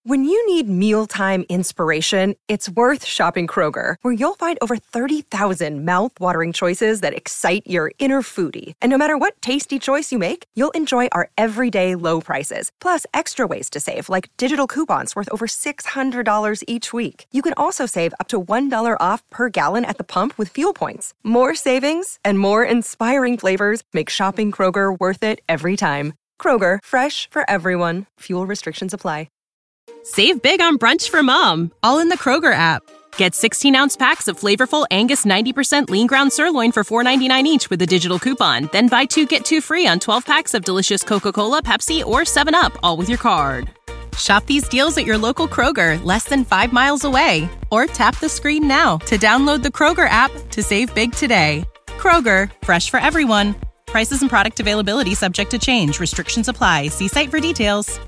When you need mealtime inspiration, it's worth shopping Kroger, where you'll find over 30,000 mouth-watering choices that excite your inner foodie. And no matter what tasty choice you make, you'll enjoy our everyday low prices, plus extra ways to save, like digital coupons worth over $600 each week. You can also save up to $1 off per gallon at the pump with fuel points. More savings and more inspiring flavors make shopping Kroger worth it every time. Kroger, fresh for everyone. Fuel restrictions apply. Save big on brunch for mom, all in the Kroger app. Get 16-ounce packs of flavorful Angus 90% lean ground sirloin for $4.99 each with a digital coupon. Then buy 2, get 2 free on 12 packs of delicious Coca-Cola, Pepsi, or 7-Up, all with your card. Shop these deals at your local Kroger, less than 5 miles away. Or tap the screen now to download the Kroger app to save big today. Kroger, fresh for everyone. Prices and product availability subject to change. Restrictions apply. See site for details.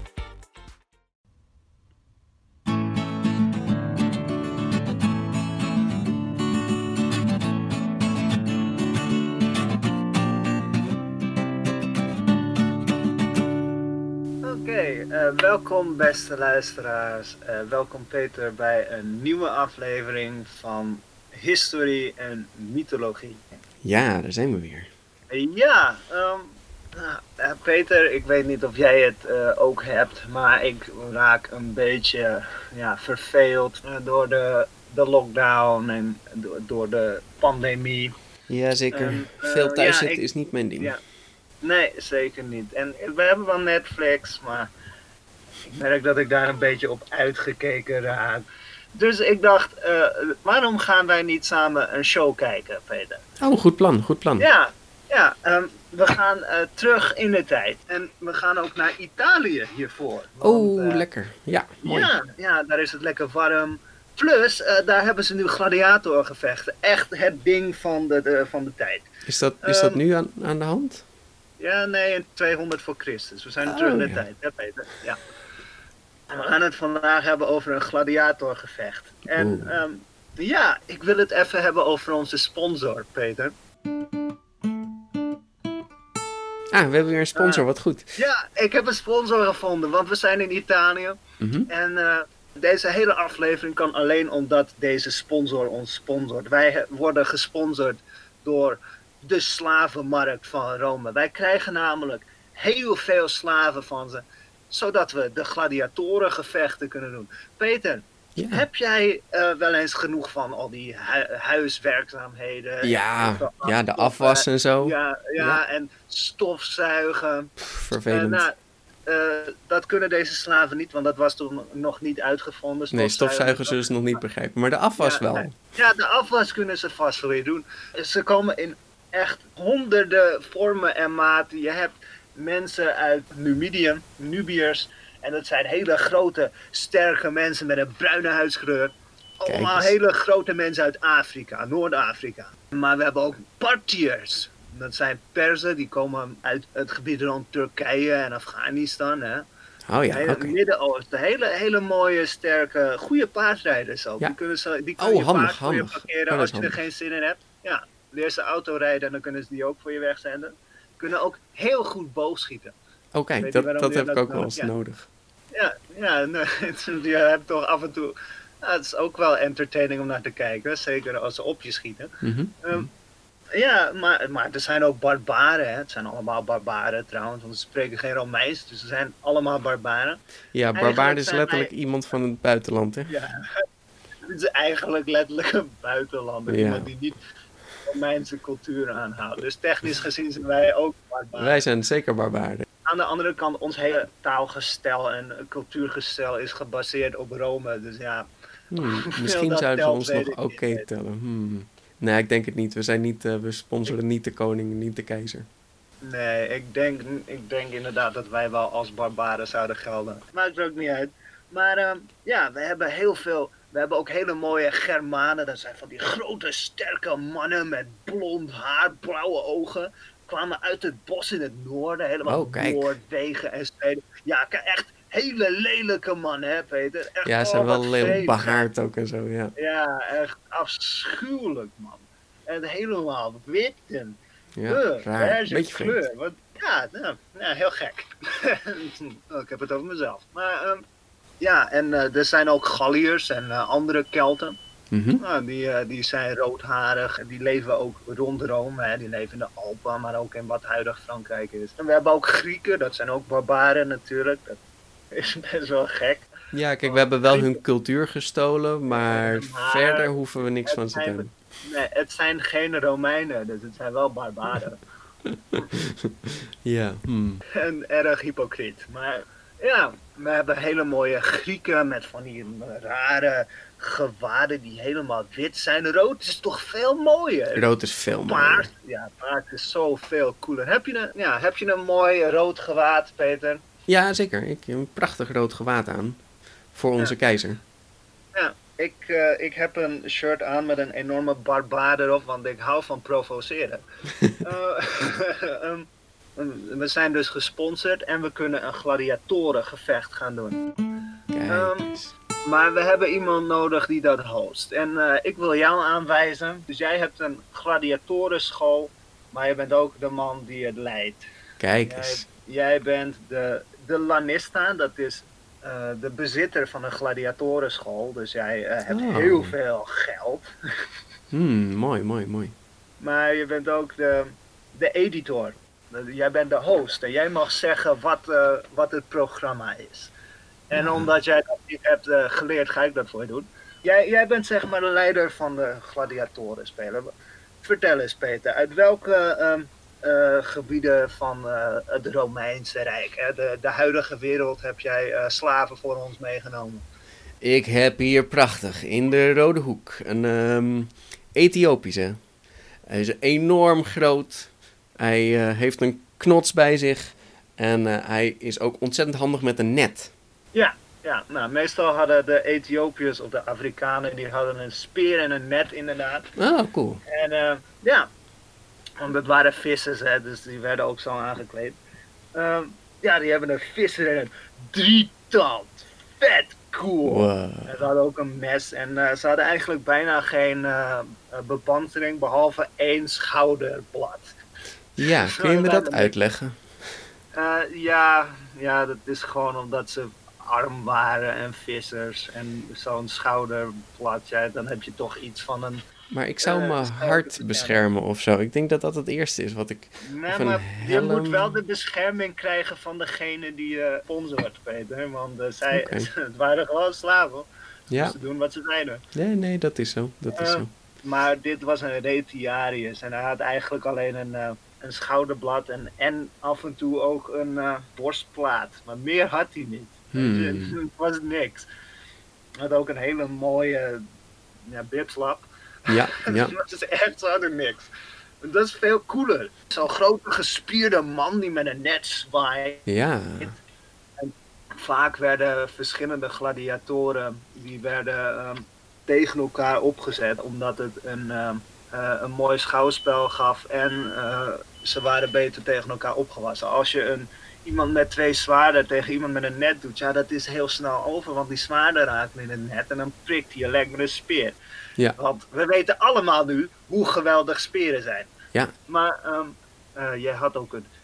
Welkom beste luisteraars. Welkom Peter bij een nieuwe aflevering van Historie en Mythologie. Ja, daar zijn we weer. Peter, ik weet niet of jij het ook hebt, maar ik raak een beetje verveeld door de lockdown en door de pandemie. Jazeker, veel thuis zitten is niet mijn ding. Ja. Nee, zeker niet. En we hebben wel Netflix, maar ik merk dat ik daar een beetje op uitgekeken raak. Dus ik dacht, waarom gaan wij niet samen een show kijken, Peter? Oh, goed plan. We gaan terug in de tijd. En we gaan ook naar Italië hiervoor. Want, lekker. Ja, mooi. Ja, daar is het lekker warm. Plus, daar hebben ze nu gladiatorgevechten. Echt het ding van de tijd. Is dat nu aan de hand? Ja, nee, in 200 voor Christus. We zijn terug in de tijd, hè Peter? Ja. En we gaan het vandaag hebben over een gladiatorgevecht. En ik wil het even hebben over onze sponsor, Peter. We hebben weer een sponsor, wat goed. Ja, ik heb een sponsor gevonden, want we zijn in Italië. Mm-hmm. En deze hele aflevering kan alleen omdat deze sponsor ons sponsort. Wij worden gesponsord door de slavenmarkt van Rome. Wij krijgen namelijk heel veel slaven van ze, zodat we de gladiatorengevechten kunnen doen. Peter, heb jij wel eens genoeg van al die huiswerkzaamheden? Ja, de afwas en zo. Ja, en stofzuigen. Vervelend. Dat kunnen deze slaven niet, want dat was toen nog niet uitgevonden. Nee, stofzuigen zullen ze nog niet begrijpen, maar de afwas wel. Ja, de afwas kunnen ze vast wel weer doen. Ze komen in echt honderden vormen en maten. Je hebt mensen uit Nubiërs. En dat zijn hele grote, sterke mensen met een bruine huidskleur. Allemaal hele grote mensen uit Afrika, Noord-Afrika. Maar we hebben ook Partiërs. Dat zijn Perzen, die komen uit het gebied rond Turkije en Afghanistan. Hè. Oh ja, oké. Midden-Oosten. Hele mooie, sterke, goede paardrijders ook. Ja. Die kunnen je paard voor je parkeren als je er handig. geen zin in hebt. Ja, leer ze auto rijden en dan kunnen ze die ook voor je wegzenden. Kunnen ook heel goed boogschieten. Oké, dat heb ik ook wel eens nodig. Ja, je hebt toch af en toe... het is ook wel entertaining om naar te kijken. Zeker als ze op je schieten. Mm-hmm. Maar er zijn ook barbaren. Hè. Het zijn allemaal barbaren trouwens. Want ze spreken geen Romeins. Dus ze zijn allemaal barbaren. Ja, barbaar is letterlijk iemand van het buitenland. Hè? Ja, het is eigenlijk letterlijk een buitenlander. Ja. Iemand die niet Romeinse cultuur aanhoudt. Dus technisch gezien zijn wij ook barbaren. Wij zijn zeker barbaren. Aan de andere kant, ons hele taalgestel en cultuurgestel is gebaseerd op Rome. Dus ja... Misschien zouden ze ons nog oké tellen. Nee, ik denk het niet. We sponsoren niet de koning, niet de keizer. Nee, ik denk inderdaad dat wij wel als barbaren zouden gelden. Maakt er ook niet uit. Maar we hebben heel veel... We hebben ook hele mooie Germanen. Dat zijn van die grote, sterke mannen met blond haar, blauwe ogen. Kwamen uit het bos in het noorden. Helemaal Noorwegen en Zweden. Ja, echt hele lelijke mannen, hè Peter? Echt, ja, ze zijn wel lelijk behaard ook en zo, ja. Ja, echt afschuwelijk, man. En helemaal wit en raar. Beetje kleur. Wat, heel gek. Ik heb het over mezelf. Maar Ja, en er zijn ook Galliërs en andere Kelten. Mm-hmm. Die zijn roodharig en die leven ook rond Rome. Hè. Die leven in de Alpen, maar ook in wat huidig Frankrijk is. En we hebben ook Grieken, dat zijn ook barbaren natuurlijk. Dat is best wel gek. Ja, kijk, we hebben wel hun cultuur gestolen, maar verder hoeven we niks van ze te hebben. Nee, het zijn geen Romeinen, dus het zijn wel barbaren. Ja. En erg hypocriet. Maar ja, we hebben hele mooie Grieken met van die rare gewaden die helemaal wit zijn. Rood is toch veel mooier? Rood is veel mooier. Paard, ja, paard is zoveel cooler. Heb je een mooi rood gewaad, Peter? Ja, zeker. Ik heb een prachtig rood gewaad aan. Voor onze keizer. Ja, ik heb een shirt aan met een enorme barbaar erop, want ik hou van provoceren. We zijn dus gesponsord en we kunnen een gladiatorengevecht gaan doen. Kijk eens. Maar we hebben iemand nodig die dat host. En ik wil jou aanwijzen. Dus jij hebt een gladiatorenschool, maar je bent ook de man die het leidt. Kijk eens. Jij bent de lanista, dat is de bezitter van een gladiatorenschool. Dus jij hebt heel veel geld. Mooi. Maar je bent ook de editor. Jij bent de host en jij mag zeggen wat het programma is. En omdat jij dat niet hebt geleerd, ga ik dat voor je doen. Jij bent zeg maar de leider van de gladiatorenspelen. Vertel eens, Peter, uit welke gebieden van het Romeinse Rijk, hè, de huidige wereld, heb jij slaven voor ons meegenomen? Ik heb hier prachtig in de Rode Hoek een Ethiopische. Hij is enorm groot. Hij heeft een knots bij zich. En hij is ook ontzettend handig met een net. Ja, nou, meestal hadden de Ethiopiërs of de Afrikanen, die hadden een speer en een net inderdaad. Oh, cool. En ja, want het waren vissers, hè, dus die werden ook zo aangekleed. Ja, die hebben een visser en een drietand. Vet cool. Wow. En ze hadden ook een mes en ze hadden eigenlijk bijna geen bepantsering, behalve 1 schouderblad. Ja, kun je me dat uitleggen? Ja, dat is gewoon omdat ze arm waren en vissers en zo'n schouderblad, ja, dan heb je toch iets van een... Maar ik zou mijn hart beschermen of zo. Ik denk dat dat het eerste is wat ik... Nee, maar je moet wel de bescherming krijgen van degene die je sponsort, Peter. Want het waren gewoon slaven. Ja. Dus ze doen wat ze zeiden. Nee, dat is zo. Maar dit was een retiarius en hij had eigenlijk alleen een schouderblad en af en toe ook een borstplaat. Maar meer had hij niet. Het was niks. Hij had ook een hele mooie bibslap. Ja. Dat is echt zo niks. Dat is veel cooler. Zo'n grote gespierde man die met een net zwaait. Ja. En vaak werden verschillende gladiatoren die werden tegen elkaar opgezet, omdat het een mooi schouwspel gaf en ze waren beter tegen elkaar opgewassen. Als je iemand met 2 zwaarden tegen iemand met een net doet, ja, dat is heel snel over, want die zwaarden raken in het net en dan prikt hij je lek met een speer. Ja. Want we weten allemaal nu hoe geweldig speren zijn. Ja. Maar jij had ook een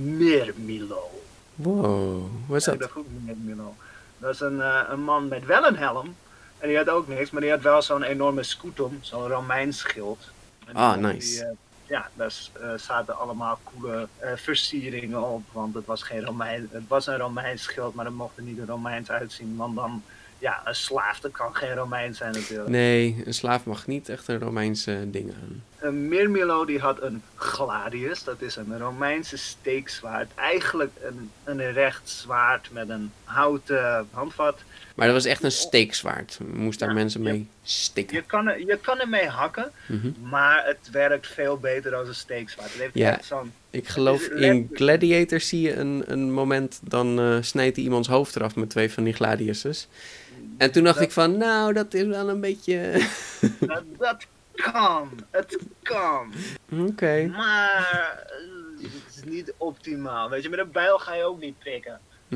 Mirmilo. Wow, wat is dat? Dat Mirmilo. Dat is een man met wel een helm. En die had ook niks, maar die had wel zo'n enorme scutum, zo'n Romeins schild. Nice. Daar zaten allemaal coole versieringen op, want het was een Romeins schild, maar dat mocht er niet een Romeins uitzien, want dan, ja, een slaaf, dat kan geen Romeins zijn natuurlijk. Nee, een slaaf mag niet echt een Romeinse ding aan. Een Mirmilo die had een gladius, dat is een Romeinse steekzwaard, eigenlijk een recht zwaard met een houten handvat. Maar dat was echt een steekzwaard. Je moest daar mensen mee stikken. Je kan ermee hakken, maar het werkt veel beter dan een steekzwaard. Het heeft echt zo'n... Ik geloof in Gladiator zie je een moment, dan snijdt hij iemands hoofd eraf met 2 van die gladiuses. En toen dacht ik van, nou, dat is wel een beetje... dat kan, het kan. Oké. Maar het is niet optimaal. Weet je, met een bijl ga je ook niet prikken.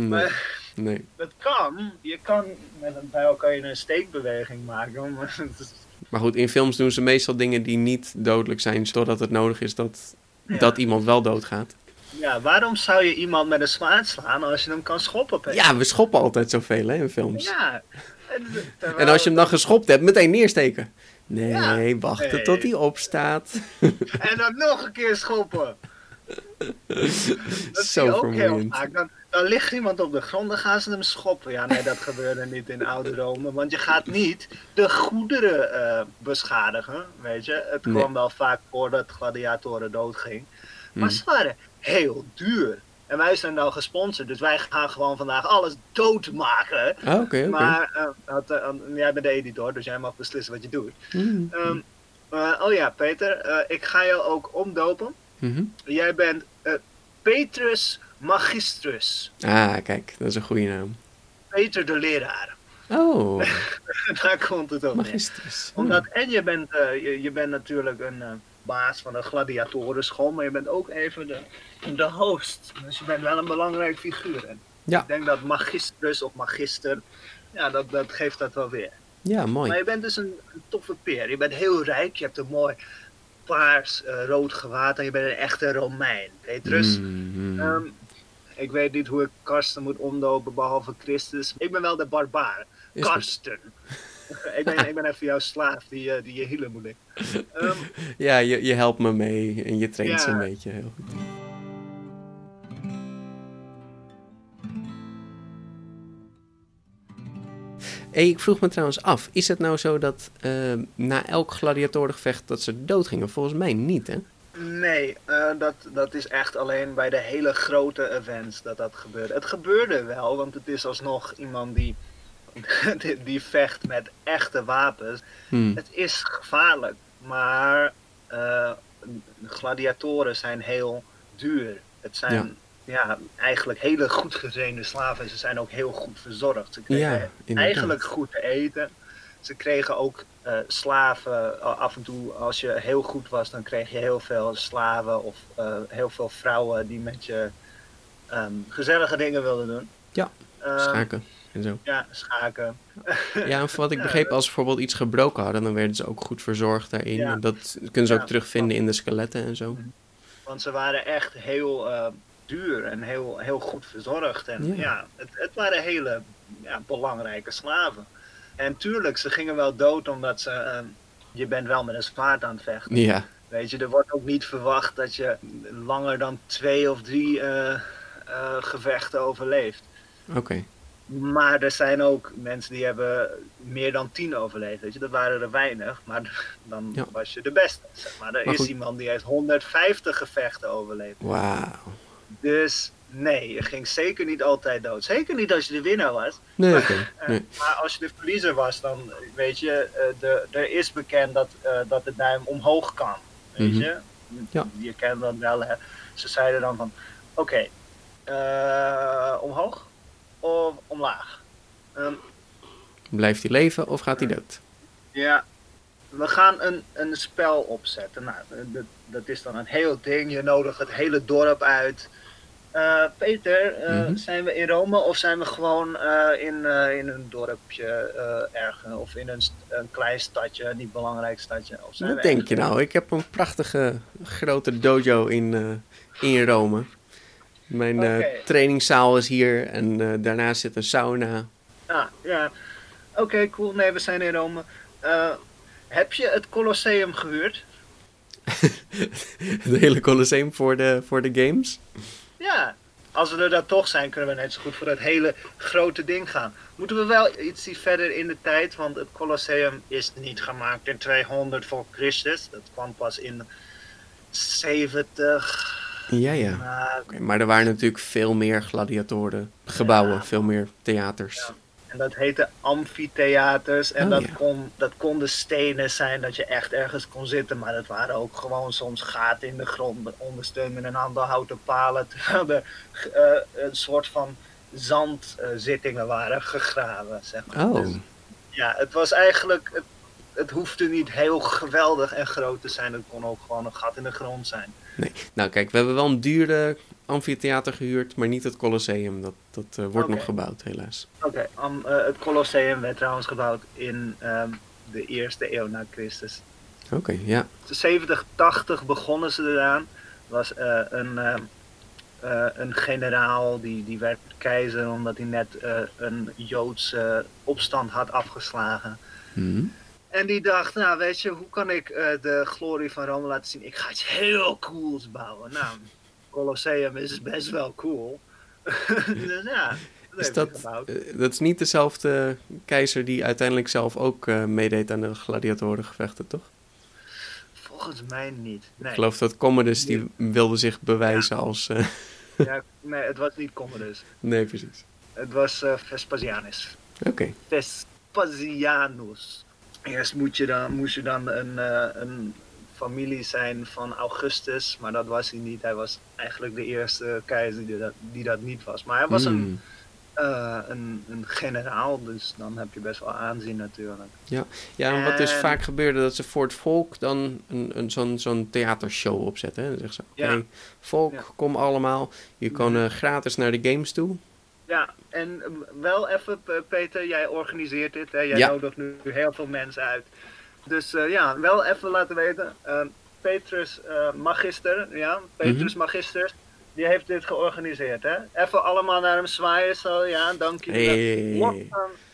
Nee. Dat kan. Met een bijl kan je een steekbeweging maken. Maar goed, in films doen ze meestal dingen die niet dodelijk zijn, zodat het nodig is dat iemand wel doodgaat. Ja, waarom zou je iemand met een zwaard slaan als je hem kan schoppen, Peter? Ja, we schoppen altijd zoveel hè, in films. Ja. En als je hem dan geschopt hebt, meteen neersteken. Nee, Ja, wachten nee. tot hij opstaat. En dan nog een keer schoppen. Dat zie je Zo ook heel vermoeiend. vaak. Dan ligt iemand op de grond, dan gaan ze hem schoppen. Ja, nee, dat gebeurde niet in oude Rome. Want je gaat niet de goederen beschadigen, weet je. Het Nee. kwam wel vaak voor dat gladiatoren doodging. Maar Hmm. ze waren heel duur. En wij zijn nou gesponsord, dus wij gaan gewoon vandaag alles doodmaken. Ah, oké. Maar jij bent de editor, dus jij mag beslissen wat je doet. Hmm. Oh ja, Peter, ik ga jou ook omdopen. Mhm. Jij bent Petrus Magistrus. Ah, kijk, dat is een goede naam. Peter de leraar. Oh, Daar komt het op neer. magistrus. Omdat, en je bent natuurlijk een baas van een gladiatorenschool, maar je bent ook even de host. Dus je bent wel een belangrijk figuur. En Ja. ik denk dat magistrus of magister, ja, dat geeft dat wel weer. Ja, Maar mooi. je bent dus een toffe peer. Je bent heel rijk, je hebt een mooi paars-rood gewaad en je bent een echte Romein, Petrus. Mhm. Ik weet niet hoe ik Karsten moet omdopen behalve Christus. Ik ben wel de barbaar. Is goed. Karsten. ik ben even jouw slaaf die je hielen moet liggen. Ja, je helpt me mee en je traint ze Ja. een beetje. Heel goed. Hey, ik vroeg me trouwens af, is het nou zo dat na elk gladiatorengevecht dat ze doodgingen? Volgens mij niet, hè? Nee, dat is echt alleen bij de hele grote events dat gebeurde. Het gebeurde wel, want het is alsnog iemand die vecht met echte wapens. Hmm. Het is gevaarlijk, maar gladiatoren zijn heel duur. Het zijn eigenlijk hele goed getrainde slaven. Ze zijn ook heel goed verzorgd. Ze kregen Ja, inderdaad. eigenlijk goed te eten. Ze kregen ook slaven. Af en toe, als je heel goed was, dan kreeg je heel veel slaven of heel veel vrouwen die met je gezellige dingen wilden doen. Ja, schaken en zo. Ja, schaken. Ja, en wat ik begreep, als ze bijvoorbeeld iets gebroken hadden, dan werden ze ook goed verzorgd daarin. Ja. En dat kunnen ze ook Ja. terugvinden in de skeletten en zo. Want ze waren echt heel duur en heel goed verzorgd. En het waren hele belangrijke slaven. En tuurlijk, ze gingen wel dood omdat ze... je bent wel met een zwaard aan het vechten. Ja, Weet je, er wordt ook niet verwacht dat je langer dan 2 of 3 gevechten overleeft. oké. Maar er zijn ook mensen die hebben meer dan 10 overleefd. Weet je, dat waren er weinig, maar dan was je de beste. Zeg maar. Er Maar is goed. iemand die heeft 150 gevechten overleefd. Wauw. Dus nee, je ging zeker niet altijd dood. Zeker niet als je de winnaar was. Nee, oké. Nee. Maar als je de verliezer was, dan weet je, er is bekend dat de duim omhoog kan. Weet Mhm. je? Ja. Je kent dat wel, hè. Ze zeiden dan van, oké, omhoog of omlaag? Blijft hij leven of gaat hij dood? Ja, we gaan een spel opzetten. Nou, dat is dan een heel ding. Je nodigt het hele dorp uit. Peter, zijn we in Rome of zijn we gewoon in een dorpje ergens? Of in een klein stadje, een niet belangrijk stadje? Of zijn Wat we denk echt- je nou? Ik heb een prachtige grote dojo in Rome. Mijn Oké. trainingszaal is hier en daarnaast zit een sauna. Ah, ja. Oké, cool. Nee, we zijn in Rome. Heb je het Colosseum gehuurd? Het hele Colosseum voor de games. Ja. Als we er dan toch zijn, kunnen we net zo goed voor dat hele grote ding gaan. Moeten we wel iets verder in de tijd, want het Colosseum is niet gemaakt in 200 voor Christus. Dat kwam pas in 70. Ja, ja. Nou, Oké, maar er waren natuurlijk veel meer gladiatoren, gebouwen, veel meer theaters. Ja. En dat heette amfitheaters. En Oh, dat konden stenen zijn dat je echt ergens kon zitten. Maar dat waren ook gewoon soms gaten in de grond. Ondersteund met een aantal houten palen. Terwijl er een soort van zandzittingen waren gegraven. Zeg maar. Oh, Dus, ja, het was eigenlijk... Het hoefde niet heel geweldig en groot te zijn. Het kon ook gewoon een gat in de grond zijn. nee. Nou kijk, we hebben wel een dure amfitheater gehuurd, maar niet het Colosseum. Dat wordt nog Oké. gebouwd, helaas. Oké, het Colosseum werd trouwens gebouwd in de 1e eeuw na Christus. Oké, ja. 70, 80 begonnen ze eraan. Was een generaal die werd keizer omdat hij net een Joodse opstand had afgeslagen. En die dacht, nou weet je, hoe kan ik de glorie van Rome laten zien? Ik ga iets heel cools bouwen. Nou, Colosseum is best wel cool. Dus ja, dat is niet dezelfde keizer die uiteindelijk zelf ook meedeed aan de gladiatorengevechten, toch? Volgens mij niet. Nee. Ik geloof dat Commodus die wilde zich bewijzen als... Ja, nee, het was niet Commodus. Nee, precies. Het was Vespasianus. Oké. Vespasianus. Eerst moest je dan een familie zijn van Augustus, maar dat was hij niet. Hij was eigenlijk de eerste keizer die dat niet was. Maar hij was een generaal, dus dan heb je best wel aanzien natuurlijk. Ja, en wat dus vaak gebeurde, dat ze voor het volk dan zo'n theatershow opzetten. Hè? Dan zeggen ze, oké, volk, kom allemaal. Je kan gratis naar de games toe. Ja, en wel even, Peter, jij organiseert dit. Hè? Jij nodigt nu heel veel mensen uit. Dus wel even laten weten. Petrus Magister, Magisters, die heeft dit georganiseerd. Hè? Even allemaal naar hem zwaaien. Zo, ja, dank je. Hey.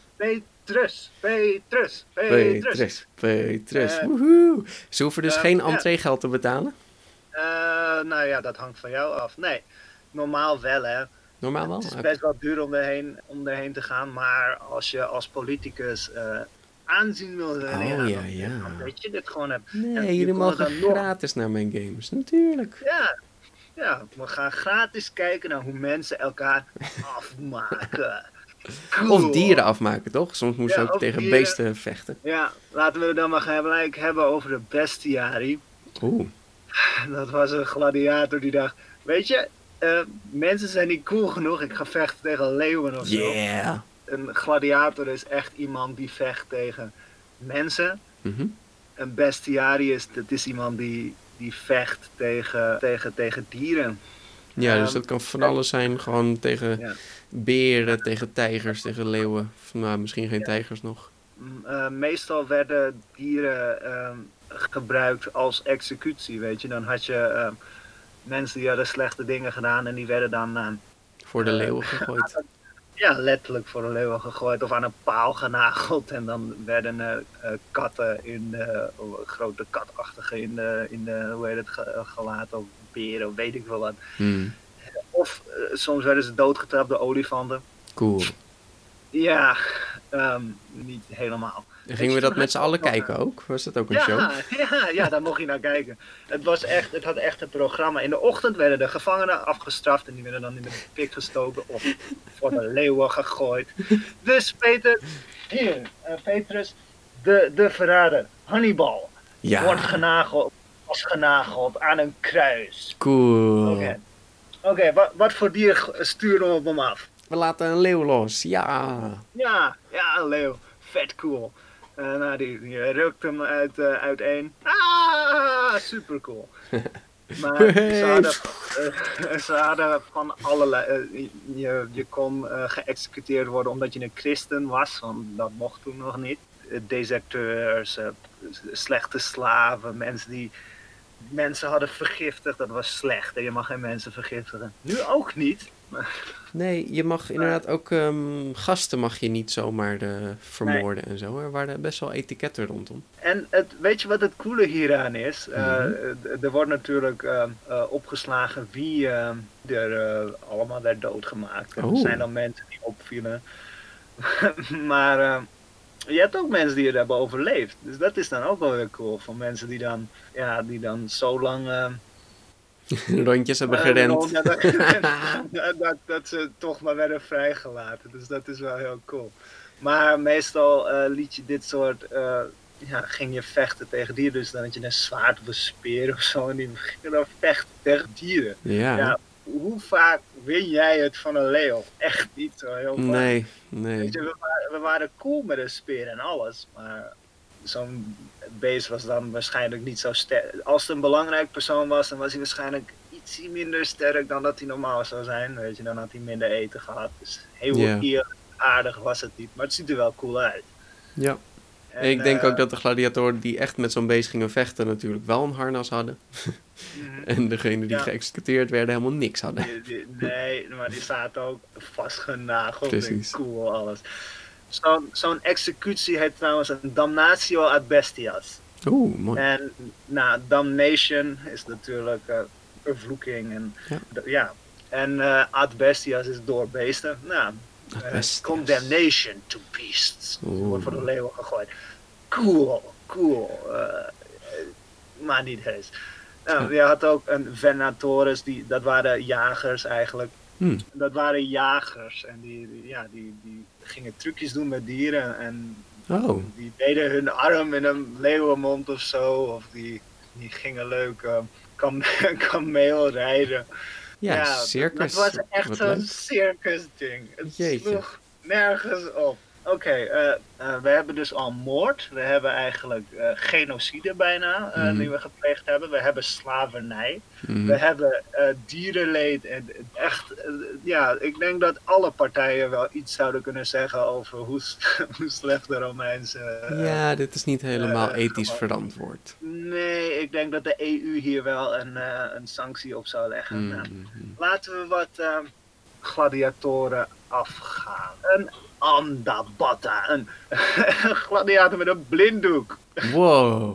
Petrus. Woehoe. Ze hoeven dus geen entreegeld te betalen? Nou ja, dat hangt van jou af. Nee, normaal wel hè. Normaal wel? Het is best wel duur om erheen te gaan, maar als je als politicus aanzien wil dan weet je dit gewoon hebt. Nee, jullie mogen gratis naar mijn games, natuurlijk. Ja, we gaan gratis kijken naar hoe mensen elkaar afmaken. Cool. Of dieren afmaken, toch? Soms moesten ze ook tegen beesten vechten. Ja, laten we het dan maar gelijk hebben over de bestiari. Oeh. Dat was een gladiator die dacht, weet je, mensen zijn niet cool genoeg, ik ga vechten tegen leeuwen of zo. Yeah. Een gladiator is echt iemand die vecht tegen mensen. Een bestiari is iemand die vecht tegen dieren. Ja, dus dat kan van alles zijn. Gewoon tegen beren, tegen tijgers, tegen leeuwen. Nou, misschien geen tijgers nog. Meestal werden dieren gebruikt als executie, weet je. Dan had je mensen die hadden slechte dingen gedaan en die werden dan... voor de leeuwen gegooid. Ja, letterlijk voor een leeuw gegooid of aan een paal genageld. En dan werden katten grote katachtige in de hoe heet het, gelaten of beren of weet ik wel wat. Of soms werden ze doodgetrapt door olifanten. Cool. Ja, niet helemaal. En gingen we dat met z'n allen kijken ook? Was dat ook een show? Ja, daar mocht je naar kijken. Het had echt een programma. In de ochtend werden de gevangenen afgestraft en die werden dan in de pik gestoken of voor de leeuwen gegooid. Dus Petrus, de verrader, Hannibal, wordt genageld aan een kruis. Cool. Oké, wat voor dier sturen we op hem af? We laten een leeuw los, ja. Ja, een leeuw. Vet cool. Die rukt hem uiteen. Super cool. Maar ze hadden van allerlei... je kon geëxecuteerd worden omdat je een christen was, want dat mocht toen nog niet. Deserteurs, slechte slaven, mensen die mensen hadden vergiftigd, dat was slecht. En je mag geen mensen vergiftigen. Nu ook niet. Nee, je mag inderdaad ook gasten mag je niet zomaar vermoorden en zo. Er waren best wel etiketten rondom. En weet je wat het coole hieraan is? Er wordt natuurlijk opgeslagen wie er allemaal werd doodgemaakt. Er zijn dan mensen die opvielen. Maar je hebt ook mensen die het hebben overleefd. Dus dat is dan ook wel weer cool. Van mensen die dan zo lang... rondjes hebben gerend. Dat ze toch maar werden vrijgelaten. Dus dat is wel heel cool. Maar meestal liet je dit soort... ging je vechten tegen dieren. Dus dan had je een zwaard of een speer of zo. En die gingen dan vechten tegen dieren. Ja. Hoe vaak win jij het van een leeuw? Echt niet zo heel vaak. Nee. Weet je, we waren cool met een speer en alles. Maar zo'n beest was dan waarschijnlijk niet zo sterk. Als het een belangrijk persoon was, dan was hij waarschijnlijk iets minder sterk dan dat hij normaal zou zijn. Weet je, dan had hij minder eten gehad. Dus heel aardig was het niet. Maar het ziet er wel cool uit. Ja. En ik denk ook dat de gladiatoren die echt met zo'n beest gingen vechten natuurlijk wel een harnas hadden. En degene die geëxecuteerd werden helemaal niks hadden. Nee, maar die zaten ook vastgenageld. Precies. Cool, alles. Zo'n executie heet trouwens een damnatio ad bestias. Oeh, mooi. En damnation is natuurlijk vervloeking. En, En ad bestias is door beesten. Condemnation to beasts. Wordt voor de leeuwen gegooid. Cool. Maar niet heus. Je had ook een venatores, dat waren jagers eigenlijk. Dat waren jagers en die gingen trucjes doen met dieren en die deden hun arm in een leeuwenmond of zo. Of die gingen leuk kameel rijden. Ja, circus. Het was echt zo'n circus ding. Het sloeg nergens op. Oké, we hebben dus al moord. We hebben eigenlijk genocide bijna die we gepleegd hebben. We hebben slavernij. We hebben dierenleed. En echt, ik denk dat alle partijen wel iets zouden kunnen zeggen over hoe slecht de Romeinse... dit is niet helemaal ethisch verantwoord. Nee, ik denk dat de EU hier wel een sanctie op zou leggen. Laten we wat gladiatoren afgaan. Een Amdabatta, een gladiator met een blinddoek. Wow.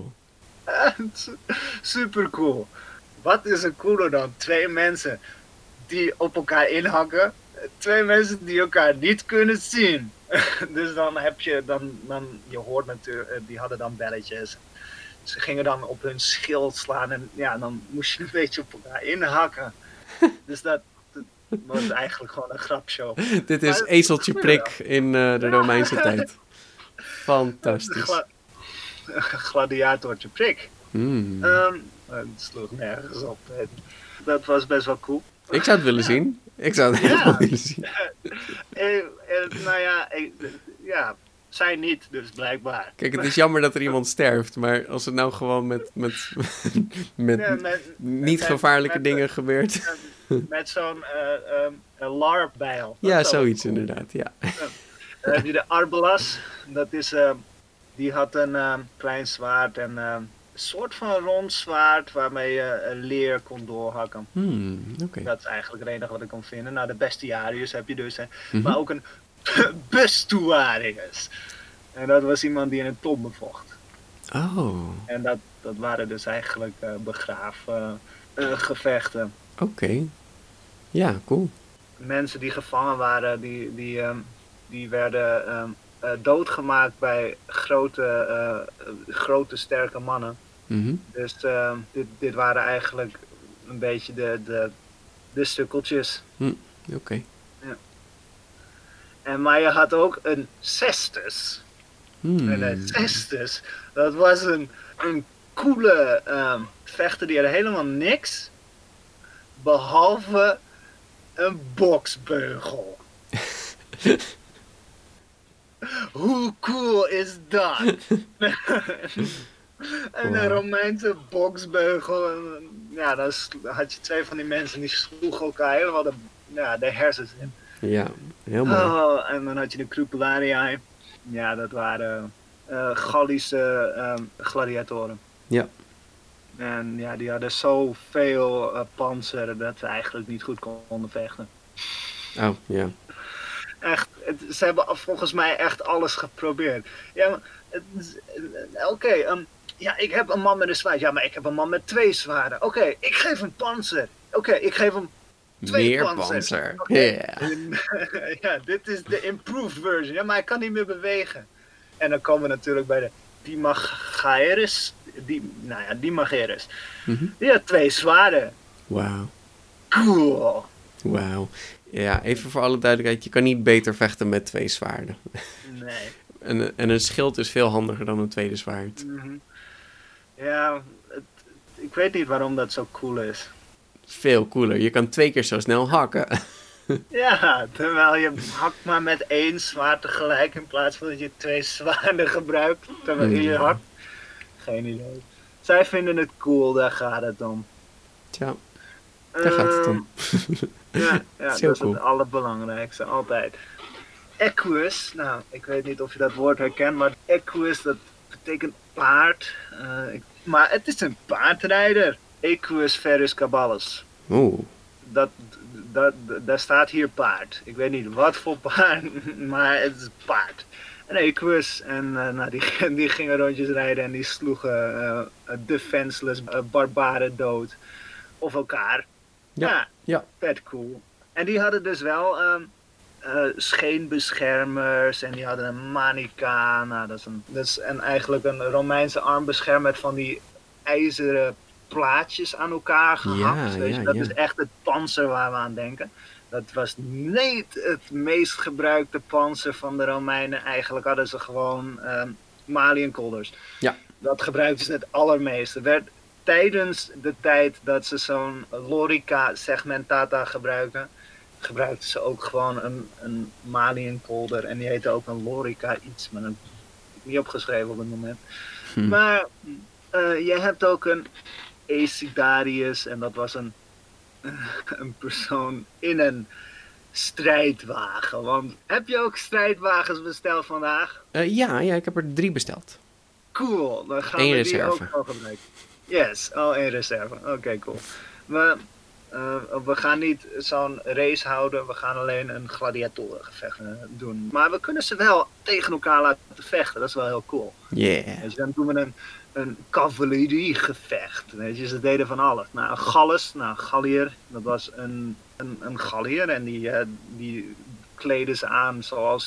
Super cool. Wat is er cooler dan 2 mensen die op elkaar inhakken? 2 mensen die elkaar niet kunnen zien. Dus dan heb je, je hoort natuurlijk, die hadden dan belletjes. Ze gingen dan op hun schild slaan en dan moest je een beetje op elkaar inhakken. Dus dat was eigenlijk gewoon een grapshow. Dit is ezeltje prik in de Romeinse tijd. Fantastisch. Gladiatortje prik. Het sloeg nergens op. Dat was best wel cool. Ik zou het willen zien. Ik zou het helemaal willen zien. Zij niet, dus blijkbaar. Kijk, het is jammer dat er iemand sterft, maar als het nou gewoon met niet gevaarlijke dingen gebeurt. Met zo'n LARP-bijl. Ja, zoiets cool. Inderdaad, ja. Dan heb je de Arbalas. Dat is, die had een klein zwaard en een soort van rond zwaard waarmee je leer kon doorhakken. Okay. Dat is eigenlijk het enige wat ik kon vinden. Nou, de bestiarius heb je dus, maar ook een bestuarius. En dat was iemand die in een tombe vocht. Oh. En dat waren dus eigenlijk begraafgevechten. Oké. Ja, cool. Mensen die gevangen waren, die werden doodgemaakt bij grote sterke mannen. Dus dit waren eigenlijk een beetje de sukkeltjes. Oké. Ja. Maar je had ook een cestus. En een cestus, dat was een coole vechter die had helemaal niks. Behalve een boksbeugel. Hoe cool is dat? En een Romeinse boksbeugel. Ja, dan had je 2 van die mensen die sloegen elkaar helemaal de hersens in. Ja, helemaal. En dan had je de Crupulariae. Ja, dat waren Gallische gladiatoren. Ja. En ja, die hadden zoveel panzer dat ze eigenlijk niet goed konden vechten. Oh, ja. Echt, ze hebben volgens mij echt alles geprobeerd. Ja, maar ik heb een man met een zwaard. Ja, maar ik heb een man met 2 zwaarden. Oké, ik geef hem panzer. Oké, ik geef hem 2 meer panzer. Ja, dit is de improved version. Ja, maar hij kan niet meer bewegen. En dan komen we natuurlijk bij de Dimachaeres. Dimachaeres. Die had 2 zwaarden. Wauw. Cool. Wauw. Ja, even voor alle duidelijkheid. Je kan niet beter vechten met 2 zwaarden. Nee. En een schild is veel handiger dan een tweede zwaard. Ja, ik weet niet waarom dat zo cool is. Veel cooler. Je kan 2 keer zo snel hakken. Ja, terwijl je hakt maar met 1 zwaard tegelijk in plaats van dat je 2 zwaarden gebruikt terwijl je hakt. Geen idee. Zij vinden het cool, daar gaat het om. Tja, daar gaat het om. Ja, dat is cool. Het allerbelangrijkste, altijd. Equus, nou, ik weet niet of je dat woord herkent, maar equus, dat betekent paard. Maar het is een paardrijder. Equus ferus caballus. Oeh. Daar staat hier paard. Ik weet niet wat voor paard, maar het is paard. Een Equus. En die gingen rondjes rijden en die sloegen defenseless barbaren dood. Of elkaar. Ja. Vet cool. En die hadden dus wel scheenbeschermers en die hadden een manica. Nou, dat is eigenlijk een Romeinse armbeschermer met van die ijzeren plaatjes aan elkaar gehakt. Dat is echt het pantser waar we aan denken. Dat was niet het meest gebruikte pantser van de Romeinen. Eigenlijk hadden ze gewoon maliënkolders. Ja. Dat gebruikten ze het allermeeste. Tijdens de tijd dat ze zo'n lorica segmentata gebruikten ze ook gewoon een maliënkolder. En die heette ook een lorica iets, maar dat heb ik niet opgeschreven op het moment. Maar je hebt ook een Aesidarius en dat was een persoon in een strijdwagen. Want heb je ook strijdwagens besteld vandaag? Ja, ik heb er 3 besteld. Cool, dan gaan Eén we reserve. die ook wel gebruiken. Yes, 1 reserve. Oké, cool. We gaan niet zo'n race houden, we gaan alleen een gladiatorengevecht doen. Maar we kunnen ze wel tegen elkaar laten vechten, dat is wel heel cool. Yeah. Dus dan doen we een cavalleriegevecht. Weet je, ze deden van alles. Nou, een Gallus, Gallier, dat was een Gallier en die kleden ze aan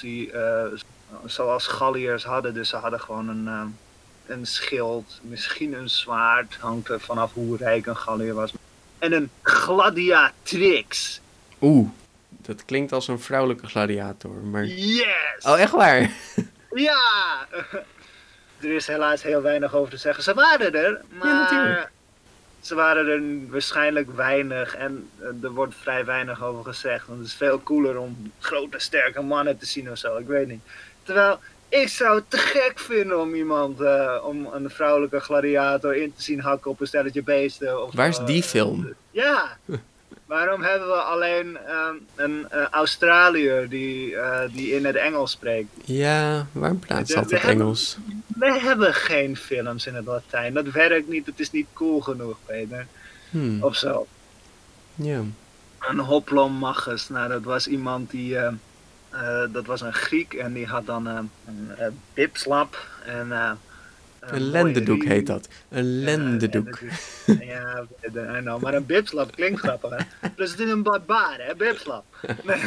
zoals Galliërs hadden. Dus ze hadden gewoon een schild, misschien een zwaard, hangt er vanaf hoe rijk een Gallier was. En een gladiatrix. Oeh, dat klinkt als een vrouwelijke gladiator, maar... Yes! Oh, echt waar? Ja! Er is helaas heel weinig over te zeggen. Ze waren er, maar ze waren er waarschijnlijk weinig. En er wordt vrij weinig over gezegd. Want het is veel cooler om grote, sterke mannen te zien of zo. Ik weet niet. Terwijl, ik zou het te gek vinden om om een vrouwelijke gladiator in te zien hakken op een stelletje beesten. Of, waar is die film? Ja! Waarom hebben we alleen een Australiër die in het Engels spreekt? Ja, waarom praat ze altijd Engels? We hebben geen films in het Latijn. Dat werkt niet. Het is niet cool genoeg, Peter. Of zo. Ja. Een Hoplomachus. Nou, dat was iemand die... dat was een Griek en die had dan een bipslap en... een lendendoek heet dat. Een lendendoek. Ja, I know, maar een bipslap klinkt grappig, hè? Dus het is een barbaar, hè? Bipslap. Nee.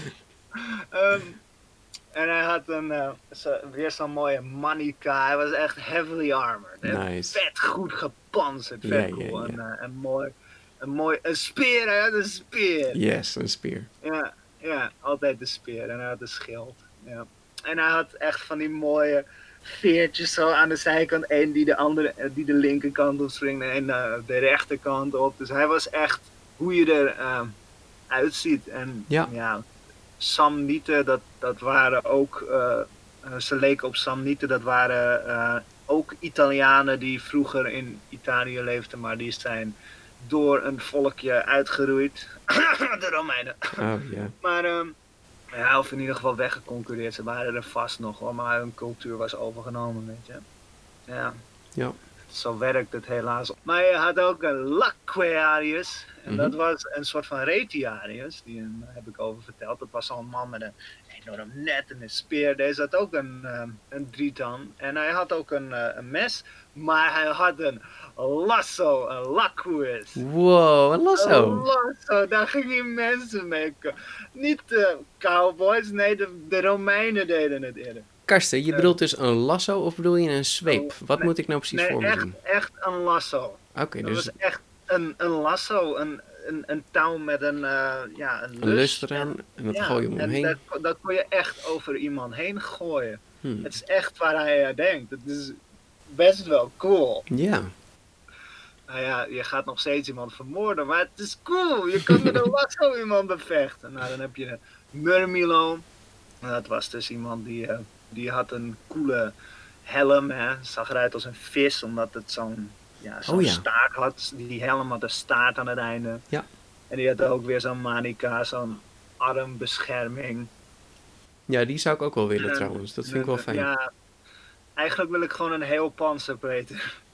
En hij had weer zo'n mooie manica. Hij was echt heavily armored. Nice. Vet goed gepantserd. Vet cool. Een speer, hè? Een speer. Yes, een speer. Ja, altijd de speer. En hij had een schild. Ja. En hij had echt van die mooie veertjes zo aan de zijkant. Eén die de linkerkant op springt en de rechterkant op. Dus hij was echt hoe je er uitziet. En ja, Samnieten, dat waren ook... ze leken op Samnieten. Dat waren ook Italianen die vroeger in Italië leefden. Maar die zijn door een volkje uitgeroeid. De Romeinen. Oh, yeah. Maar... ja, of in ieder geval weggeconcureerd. Ze waren er vast nog hoor, maar hun cultuur was overgenomen, weet je. Ja. Zo werkt het helaas. Maar je had ook een Laquearius. En dat was een soort van Retiarius. Die heb ik over verteld. Dat was zo'n man met een enorm net en een speer. Deze had ook een drietan. En hij had ook een mes. Maar hij had een lasso, een laqueus. Wow, een lasso. Een lasso, daar gingen mensen mee. Niet de cowboys, nee, de Romeinen deden het eerder. Karsten, je bedoelt dus een lasso of bedoel je een zweep? Wat moet ik nou precies voor me doen? Echt een lasso. Oké, dus... Dat was echt een lasso, een touw met een lus eraan en dat gooi je omheen. En dat kon je echt over iemand heen gooien. Het is echt waar hij denkt. Het is best wel cool. Ja. Nou ja, je gaat nog steeds iemand vermoorden, maar het is cool. Je kan met een lasso iemand bevechten. Nou, dan heb je Murmilo. Dat was dus iemand die had een coole helm. Hè. Zag eruit als een vis, omdat het zo'n staart had. Die helm had een staart aan het einde. Ja. En die had ook weer zo'n manica, zo'n armbescherming. Ja, die zou ik ook wel willen trouwens. Dat vind ik wel fijn. Ja, eigenlijk wil ik gewoon een heel panzer, Peter.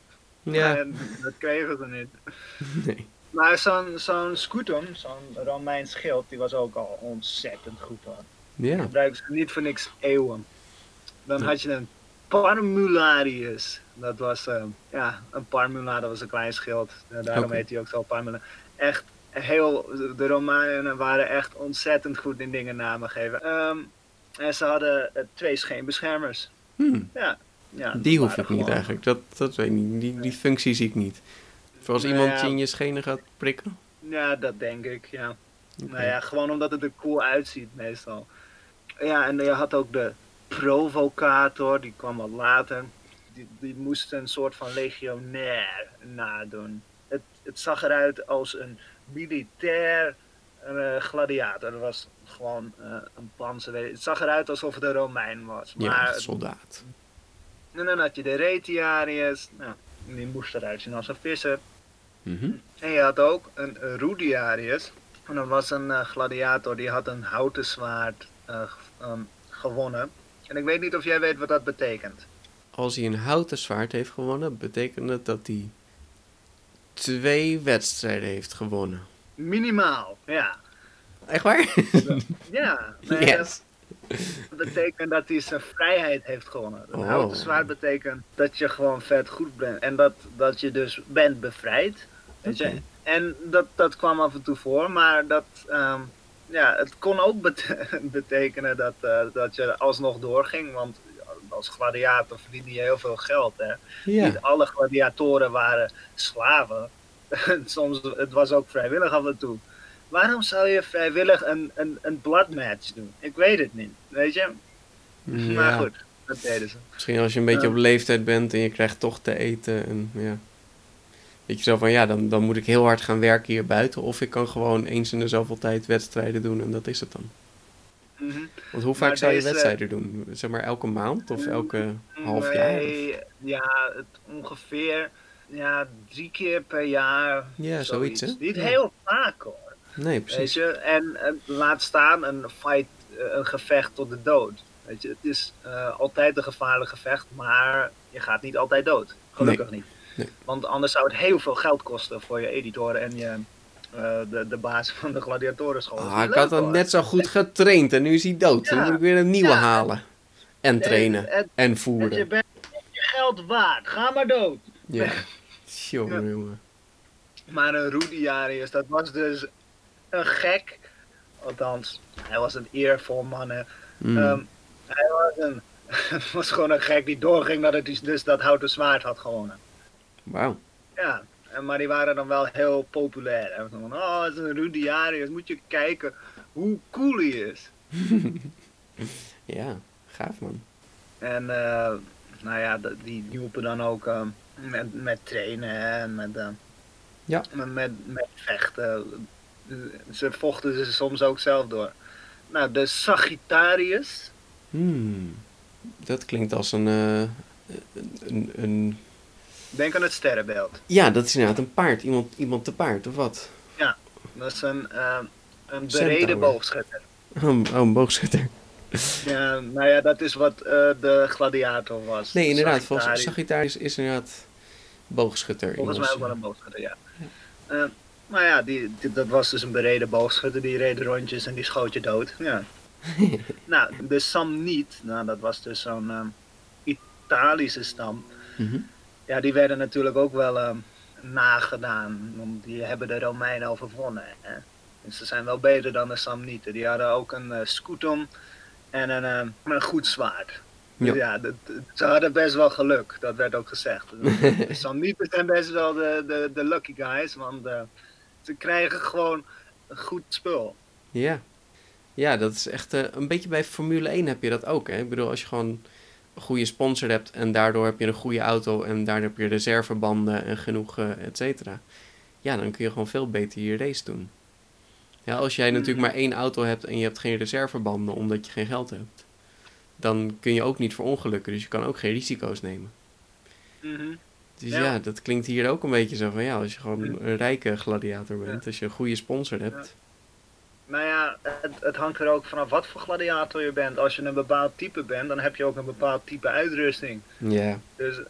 Ja. Maar dat kregen ze niet. Nee. Maar zo'n scutum, zo'n Romeins schild, die was ook al ontzettend goed hoor. Ja. Gebruiken ze niet voor niks eeuwen. Dan Nee. had je een Parmularius. Dat was, een Parmula, dat was een klein schild. Daarom Oké. heet hij ook zo Parmula. Echt de Romeinen waren echt ontzettend goed in dingen namen geven. En ze hadden 2 scheenbeschermers. Ja. Die hoef waren ik niet gewoon- eigenlijk. Dat weet ik niet. Die functie zie ik niet. Voor als Nou iemand ja. je in je schenen gaat prikken. Ja, dat denk ik, ja. Oké. Nou ja, gewoon omdat het er cool uitziet meestal. Ja, en je had ook de provocator, die kwam wat later. Die moest een soort van legionair nadoen. Het zag eruit als een militair gladiator. Dat was gewoon een panzer. Het zag eruit alsof het een Romein was. Ja, Maar, soldaat. en dan had je de Retiarius. Nou, die moest eruit zien als een visser. Mhm. En je had ook een Rudiarius. En dat was een gladiator die had een houten zwaard gewonnen. En ik weet niet of jij weet wat dat betekent. Als hij een houten zwaard heeft gewonnen, betekent het dat hij 2 wedstrijden heeft gewonnen. Minimaal, ja. Echt waar? Ja, nee, Yes. dat betekent dat hij zijn vrijheid heeft gewonnen. Een Oh. houten zwaard betekent dat je gewoon vet goed bent. En dat je dus bent bevrijd. Weet je? Oké. En dat kwam af en toe voor, maar het kon ook betekenen dat je alsnog doorging. Want als gladiator verdiende je heel veel geld. Hè? Ja. Niet alle gladiatoren waren slaven. Soms, het was ook vrijwillig af en toe. Waarom zou je vrijwillig een bloodmatch doen? Ik weet het niet, weet je? Maar Ja. goed, dat deden ze. Misschien als je een beetje op leeftijd bent en je krijgt toch te eten. En ja. Weet je zo van, ja, dan moet ik heel hard gaan werken hier buiten. Of ik kan gewoon eens in de zoveel tijd wedstrijden doen en dat is het dan. Mhm. Want hoe vaak Maar zou je deze- wedstrijden doen? Zeg maar elke maand of elke half jaar? Nee, ja, ongeveer 3 keer per jaar. Ja, zoiets, hè? Niet Ja. heel vaak hoor. Nee, Weet precies. je, en laat staan een fight, een gevecht tot de dood. Weet je, het is altijd een gevaarlijk gevecht, maar je gaat niet altijd dood. Gelukkig niet. Nee. Want anders zou het heel veel geld kosten voor je editoren en de baas van de gladiatorenschool. Dat is Ah, ik leuk, had hem hoor. net zo goed getraind en nu is hij dood. Dan Ja. moet ik weer een nieuwe Ja. halen. En trainen. En En voeren. je bent je geld waard. Ga maar dood. Ja. Jongen, jongen. Maar een Rudiarius, dat was dus een gek. Althans, hij was een eervol man. Hè. Hij was gewoon een gek die doorging dat hij dus dat houten zwaard had gewonnen. Wauw. Ja, maar die waren dan wel heel populair. Hè. Van, oh, het is een Rudiarius, moet je kijken hoe cool hij is. Ja, gaaf man. En die hielpen dan ook met trainen en met vechten. Ze vochten ze soms ook zelf door. Nou, de Sagittarius. Dat klinkt als een... Denk aan het sterrenbeeld. Ja, dat is inderdaad een paard. Iemand te paard, of wat? Ja, dat is een bereden Centaur. boogschutter. Oh, een boogschutter. Ja, nou ja, dat is wat de gladiator was. Nee, inderdaad. Volgens Sagittarius. Sagittarius is inderdaad boogschutter. Volgens mij Engels. ook wel een boogschutter, ja. Maar ja, dat was dus een bereden boogschutter. Die reed rondjes en die schoot je dood. Ja. Nou, de Samniet, dat was dus zo'n Italische stam. Mhm. Ja, die werden natuurlijk ook wel nagedaan. Want die hebben de Romeinen overwonnen. Hè? Dus ze zijn wel beter dan de Samnieten. Die hadden ook een scutum en een goed zwaard. Dus Ja. ze hadden best wel geluk, dat werd ook gezegd. De Samnieten zijn best wel de lucky guys, want ze krijgen gewoon een goed spul. Ja. Ja, dat is echt een beetje bij Formule 1 heb je dat ook. Hè? Ik bedoel, als je gewoon een goede sponsor hebt en daardoor heb je een goede auto en daar heb je reservebanden en genoeg, et cetera. Ja, dan kun je gewoon veel beter je race doen. Ja, als jij natuurlijk maar 1 auto hebt en je hebt geen reservebanden omdat je geen geld hebt, dan kun je ook niet verongelukken, dus je kan ook geen risico's nemen. Mhm. Dus Ja. ja, dat klinkt hier ook een beetje zo van, ja, als je gewoon een rijke gladiator bent, als je een goede sponsor hebt. Nou ja, het hangt er ook vanaf wat voor gladiator je bent. Als je een bepaald type bent, dan heb je ook een bepaald type uitrusting. Ja. Dus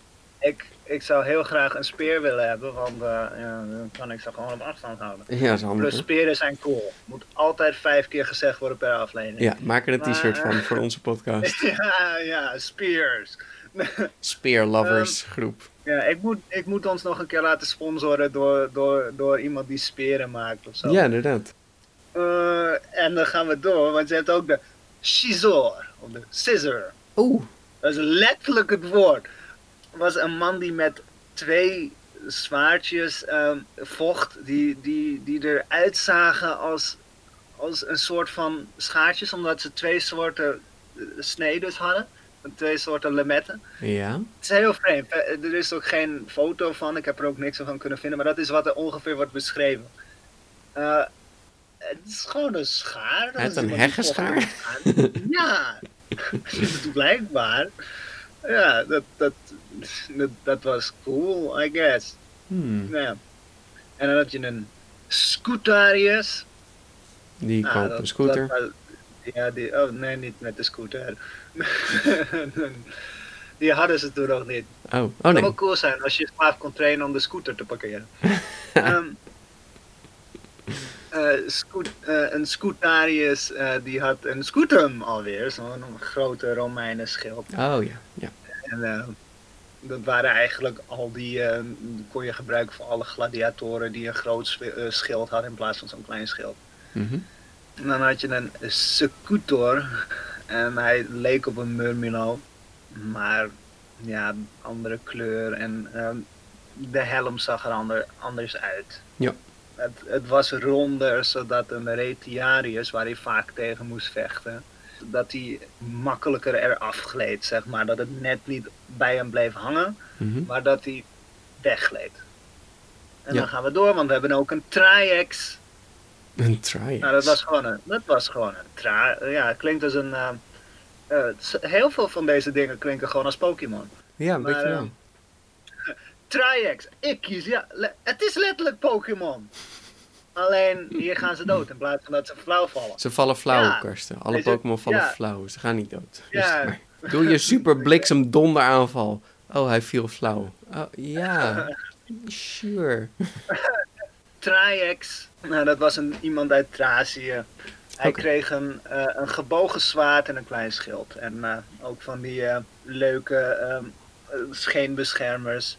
Ik zou heel graag een speer willen hebben, want dan kan ik ze gewoon op afstand houden. Ja, dat is handig. Plus speren zijn cool. Moet altijd 5 keer gezegd worden per aflevering. Ja, maak er een t-shirt van voor onze podcast. ja, spears. Spear Lovers groep. Ja, ik moet ons nog een keer laten sponsoren door iemand die speren maakt of zo. Ja, inderdaad. En dan gaan we door, want je hebt ook de scissor, of de scissor. Oeh. Dat is letterlijk het woord. Er was een man die met 2 zwaardjes vocht, die eruit zagen als een soort van schaartjes, omdat ze 2 soorten snedes hadden. 2 soorten lemetten. Ja. Het is heel vreemd. Er is ook geen foto van, ik heb er ook niks van kunnen vinden, maar dat is wat er ongeveer wordt beschreven. Het is gewoon een schaar. Het een heggenschaar? Ja, blijkbaar. Ja, dat was cool, I guess. Ja. En dan had je een Scootarius. Die kwam op een scooter. Nee, niet met de scooter. Die hadden ze toen nog niet. Oh Het zou nee. wel cool zijn als je jezelf kon trainen om de scooter te parkeren. Een Scootarius die had een scutum alweer, zo'n grote Romeinen schild. Oh ja. En dat waren eigenlijk al die kon je gebruiken voor alle gladiatoren die een groot schild hadden in plaats van zo'n klein schild. Mm-hmm. En dan had je een Secutor en hij leek op een Murmillo, maar ja, andere kleur en de helm zag er anders uit. Ja. Het was ronder, zodat een Retiarius, waar hij vaak tegen moest vechten, dat hij makkelijker eraf gleed, zeg maar. Dat het net niet bij hem bleef hangen, maar dat hij weggleed. En dan gaan we door, want we hebben ook een Triax. Een Triax? Nou, dat was gewoon een Triax. Ja, het klinkt als een... heel veel van deze dingen klinken gewoon als Pokémon. Ja, een beetje wel. Triax, ik kies, ja, het is letterlijk Pokémon. Alleen, hier gaan ze dood in plaats van dat ze flauw vallen. Ze vallen flauw, Ja. Karsten. Alle Pokémon vallen flauw, ze gaan niet dood. Ja. Dus, doe je super bliksem donderaanval. Oh, hij viel flauw. Oh, ja. Sure. Triax, nou, dat was iemand uit Thracië. Hij kreeg een gebogen zwaard en een klein schild. En ook van die leuke scheenbeschermers.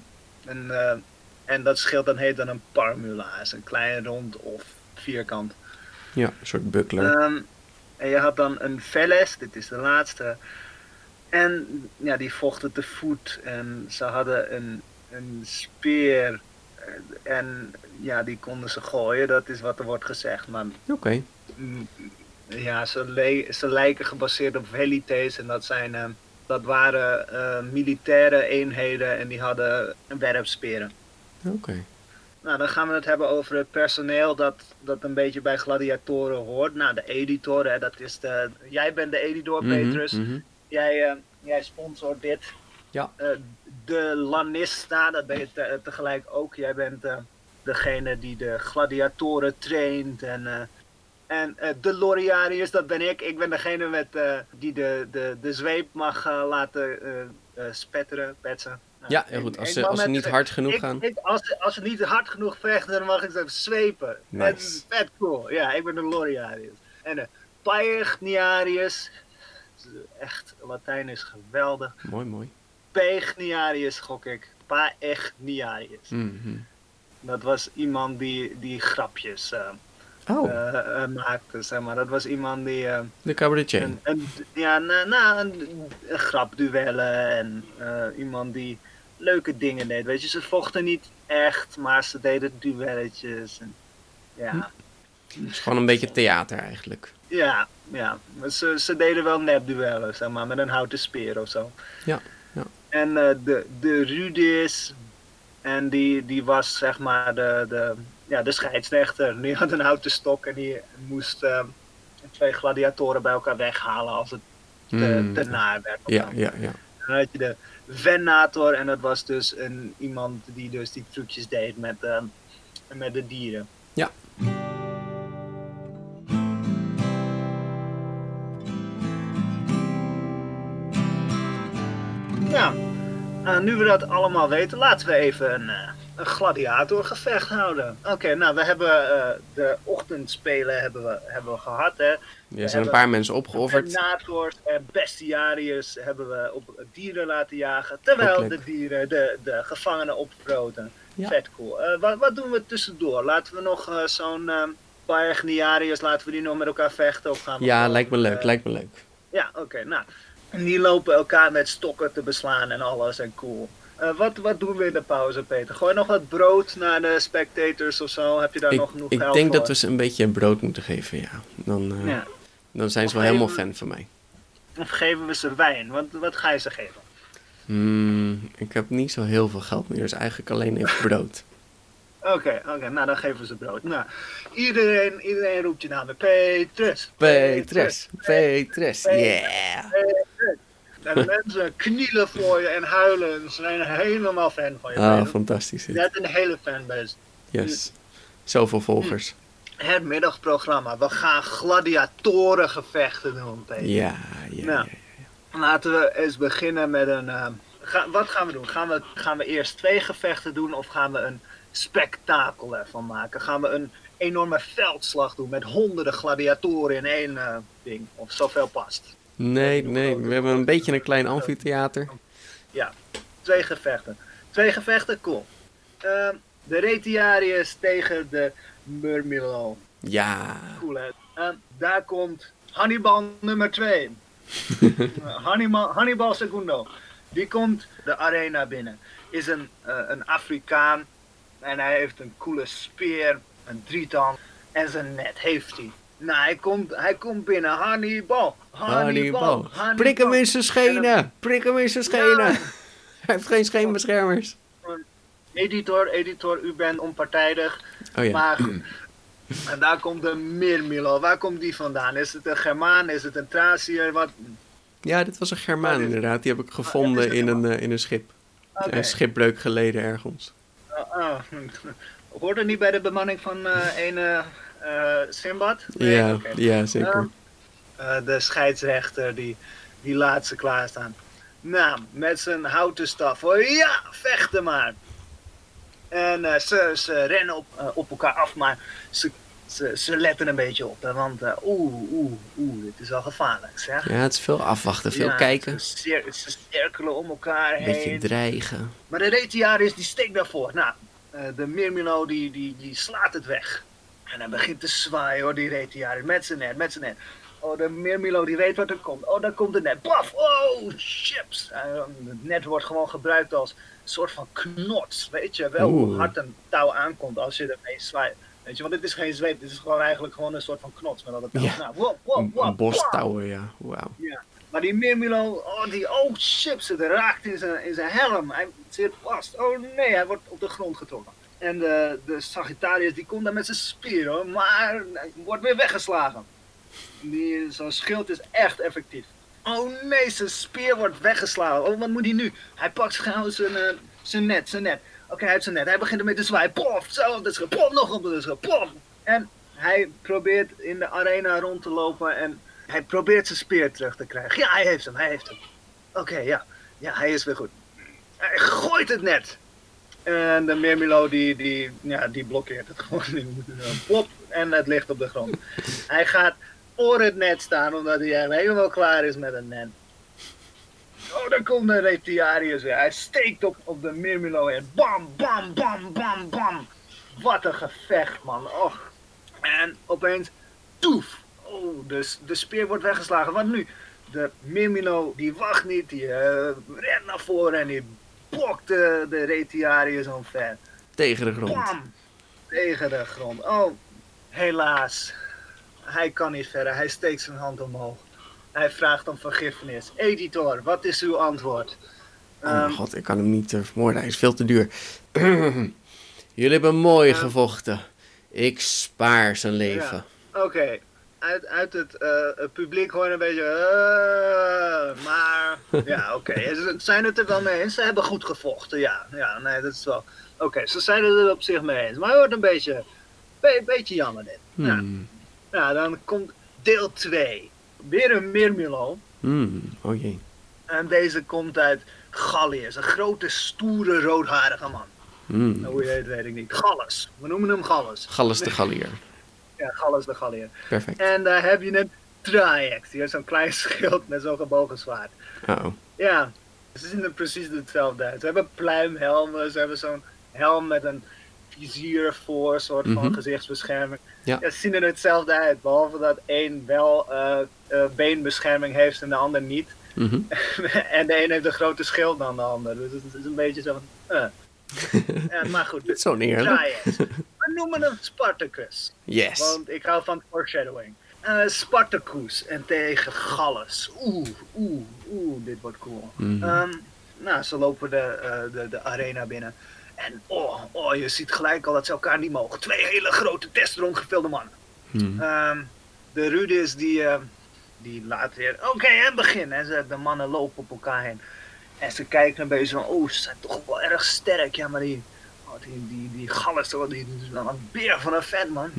En dat schild dan heet dan een parmulaas. Een klein rond of vierkant. Ja, een soort buckler. En je had dan een Veles, dit is de laatste. En ja, die vochten te voet. En ze hadden een speer. En ja, die konden ze gooien. Dat is wat er wordt gezegd. Maar Oké. Ja, ze lijken gebaseerd op velites. En dat waren militaire eenheden. En die hadden werpsperen. Oké. Nou, dan gaan we het hebben over het personeel dat een beetje bij gladiatoren hoort. Nou, de editor, hè, dat is jij bent de editor, Petrus. Jij sponsort dit. Ja. De lanista, dat ben je tegelijk ook. Jij bent degene die de gladiatoren traint. En de Loriarius, dat ben ik. Ik ben degene die de zweep mag laten spetteren, petsen. Nou, Ja, heel goed. Als ze niet hard genoeg gaan. Als ze niet hard genoeg vechten, dan mag ik ze zwepen. Nice. Dat is vet cool. Ja, ik ben de Loriarius. En de Paegniarius. Echt, Latijn is geweldig. Mooi. Paegniarius gok ik. Paegniarius. Dat was iemand die grapjes maakte, zeg maar. Dat was iemand die... de cabaretier. Een grapduellen en iemand die leuke dingen deed. Weet je, ze vochten niet echt, maar ze deden duelletjes. En, ja. Het is gewoon een beetje theater eigenlijk. Ja. Maar ze deden wel nepduellen, zeg maar, met een houten speer of zo. Ja. En de Rudis, en die was zeg maar de scheidsrechter. Die had een houten stok en die moest 2 gladiatoren bij elkaar weghalen als het te naar werd. Ja. Dan had je de Venator en dat was dus iemand die dus die trucjes deed met de dieren. Ja. Ja, Nu we dat allemaal weten, laten we even een gladiatorgevecht houden. Oké, nou, we hebben de ochtendspelen hebben we gehad, hè. Er zijn een paar mensen opgeofferd. Senators en bestiariërs hebben we op dieren laten jagen, terwijl de dieren de gevangenen opvroten. Ja. Vet cool. Wat doen we tussendoor? Laten we nog zo'n Paragniariërs, laten we die nog met elkaar vechten? Of gaan we Ja, lijkt me leuk. Ja, oké, nou. En die lopen elkaar met stokken te beslaan en alles en cool. Wat doen we in de pauze, Peter? Gooi nog wat brood naar de spectators of zo? Heb je daar nog genoeg geld voor? Ik denk dat we ze een beetje brood moeten geven, ja. Dan zijn ze wel helemaal fan van mij. Of geven we ze wijn? Wat ga je ze geven? Ik heb niet zo heel veel geld meer, dus eigenlijk alleen even brood. Oké, nou dan geven we ze brood. Nou, iedereen roept je naam. Petrus, yeah! En mensen knielen voor je en huilen. Ze zijn helemaal fan van je. Ah, fantastisch. Je hebt een hele fanbase. Yes. Zoveel volgers. Het middagprogramma. We gaan gladiatorengevechten doen, Peter. Ja. Laten we eens beginnen met een... wat gaan we doen? Gaan we eerst 2 gevechten doen of gaan we een spektakel ervan maken? Gaan we een enorme veldslag doen met honderden gladiatoren in één ding? Of zoveel past? Nee, we hebben een beetje een klein amfitheater. Ja, 2 gevechten. 2 gevechten, cool. De Retiariërs tegen de Murmillo. Ja. Cool, hè? Daar komt Hannibal nummer 2. Hannibal Segundo. Die komt de arena binnen. Is een Afrikaan. En hij heeft een coole speer, een drietand en zijn net heeft hij. Nou, hij komt binnen. Hannibal. Prik hem in zijn schenen. Ja. Hij heeft geen scheenbeschermers. Editor, u bent onpartijdig. Oh ja. Maar en daar komt de Mirmilo. Waar komt die vandaan? Is het een Germaan? Is het een Thraciër? Wat? Ja, dit was een Germaan inderdaad. Die heb ik gevonden in een schip. Okay. Een schipbreuk geleden ergens. Hoorde niet bij de bemanning van ene Simbad? Nee? Ja, okay. Ja, zeker. De scheidsrechter die laat ze klaarstaan. Nou, met zijn houten staf. Oh, ja, vechten maar. En ze rennen op elkaar af, maar ze letten een beetje op. Hè, want dit is wel gevaarlijk, zeg. Ja, het is veel afwachten, veel kijken. Ze cirkelen om elkaar heen. Beetje dreigen. Maar de Retiariërs die steekt daarvoor. Nou, de Mirmilo die slaat het weg. En hij begint te zwaaien, hoor, die Retiariërs. Met zijn net. Oh, de Mirmilo die weet wat er komt. Oh, daar komt het net. Paf! Oh, chips! Het net wordt gewoon gebruikt als een soort van knots. Weet je wel hoe hard een touw aankomt als je ermee zwaait. Weet je, want dit is geen zweep. Dit is gewoon eigenlijk gewoon een soort van knots. Met dat touw. Ja. Nou, een bostouwen, ja. Wauw. Ja. Maar die Mirmilo, chips, het raakt in zijn helm. Hij zit vast. Oh nee, hij wordt op de grond getrokken. En de Sagittarius die komt daar met zijn spier, hoor. Maar hij wordt weer weggeslagen. Zo'n schild is echt effectief. Oh nee, zijn speer wordt weggeslagen. Oh, wat moet hij nu? Hij pakt gauw zijn net. Oké, hij heeft zijn net. Hij begint ermee te zwaaien. Pof, zo op de schil. Pof, nog op de schil. Pof. En hij probeert in de arena rond te lopen en hij probeert zijn speer terug te krijgen. Ja, hij heeft hem. Oké, ja. Ja, hij is weer goed. Hij gooit het net. En de Mirmilo die blokkeert het gewoon. Plop, en het ligt op de grond. Hij gaat voor het net staan, omdat hij eigenlijk helemaal klaar is met een net. Oh, daar komt de Retiariërs weer. Hij steekt op de Mirmilo en bam, bam, bam, bam, bam. Wat een gevecht, man. Och. En opeens, toef. Oh, de speer wordt weggeslagen. Wat nu? De Mirmilo, die wacht niet. Die rent naar voren en die bokt de Retiariërs omver. Tegen de grond. Bam. Tegen de grond. Oh, helaas. Hij kan niet verder. Hij steekt zijn hand omhoog. Hij vraagt om vergiffenis. Editor, wat is uw antwoord? Oh mijn god, ik kan hem niet vermoorden. Hij is veel te duur. Jullie hebben mooi gevochten. Ik spaar zijn leven. Ja. Oké. Uit het publiek hoor je een beetje... maar... Ja, oké. Ze zijn het er wel mee eens. Ze hebben goed gevochten. Ja, nee, dat is wel... Oké, ze zijn het er op zich mee eens. Maar het wordt een beetje jammer dit. Nou, dan komt deel 2. Weer een Mirmilo. Oh jee. En deze komt uit Gallië. Is een grote, stoere, roodharige man. Hoe je heet, weet ik niet. Gallus. We noemen hem Gallus. Gallus de Gallier. Ja, Gallus de Gallier. Perfect. En daar heb je een Triax. Die heeft zo'n klein schild met zo'n gebogen zwaard. Uh-oh. Ja, ze zien er precies hetzelfde uit. Ze hebben pluimhelmen, ze hebben zo'n helm met een vizier voor, soort van gezichtsbescherming. Ja. Ze zien er hetzelfde uit, behalve dat één wel beenbescherming heeft en de ander niet. En de een heeft een grote schild dan de ander. Dus het is een beetje zo van... maar goed, Niet zo eerlijk. We noemen hem Spartacus. Yes. Want ik hou van foreshadowing. Spartacus en tegen Gallus. Dit wordt cool. Ze lopen de arena binnen. En je ziet gelijk al dat ze elkaar niet mogen. 2 hele grote testrondgevulde mannen. De Rudis die laat weer, oké, en begin. En de mannen lopen op elkaar heen. En ze kijken een beetje van, ze zijn toch wel erg sterk. Ja, maar die Gallus, die is wel een beer van een vent, man.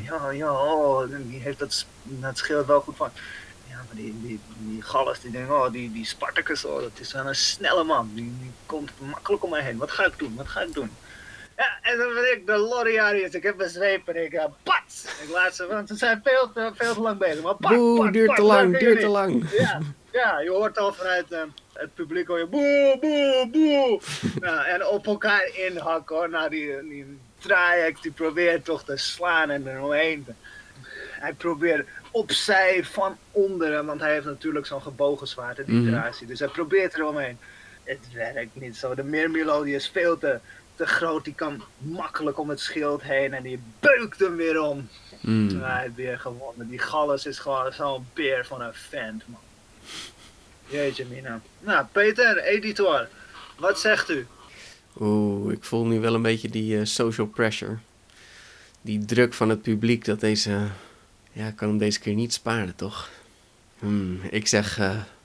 Die heeft dat schild wel goed van. Ja, maar die Gallus, die denkt, die Spartacus, dat is wel een snelle man. Die komt makkelijk om mij heen. Wat ga ik doen? Ja, en dan ben ik de Loriarius. Ik heb mijn zweep en ik pats! Ik laat ze, want ze zijn veel te lang bezig. Maar boe, duurt te lang. Ja, je hoort al vanuit het publiek hoor je boe. En op elkaar inhakken hoor. Nou, die Triax die probeert toch te slaan en er omheen. Hij probeert opzij van onderen, want hij heeft natuurlijk zo'n gebogen zwaard, die Thracie. Dus hij probeert er omheen. Het werkt niet zo. De Mirmilo die is veel te groot, die kan makkelijk om het schild heen en die beukt hem weer om. Hij heeft weer gewonnen. Die Gallus is gewoon zo'n beer van een vent, man. Jeetje mina. Nou, Peter, editor, wat zegt u? Ik voel nu wel een beetje die social pressure. Die druk van het publiek dat deze... ik kan hem deze keer niet sparen, toch? Ik zeg...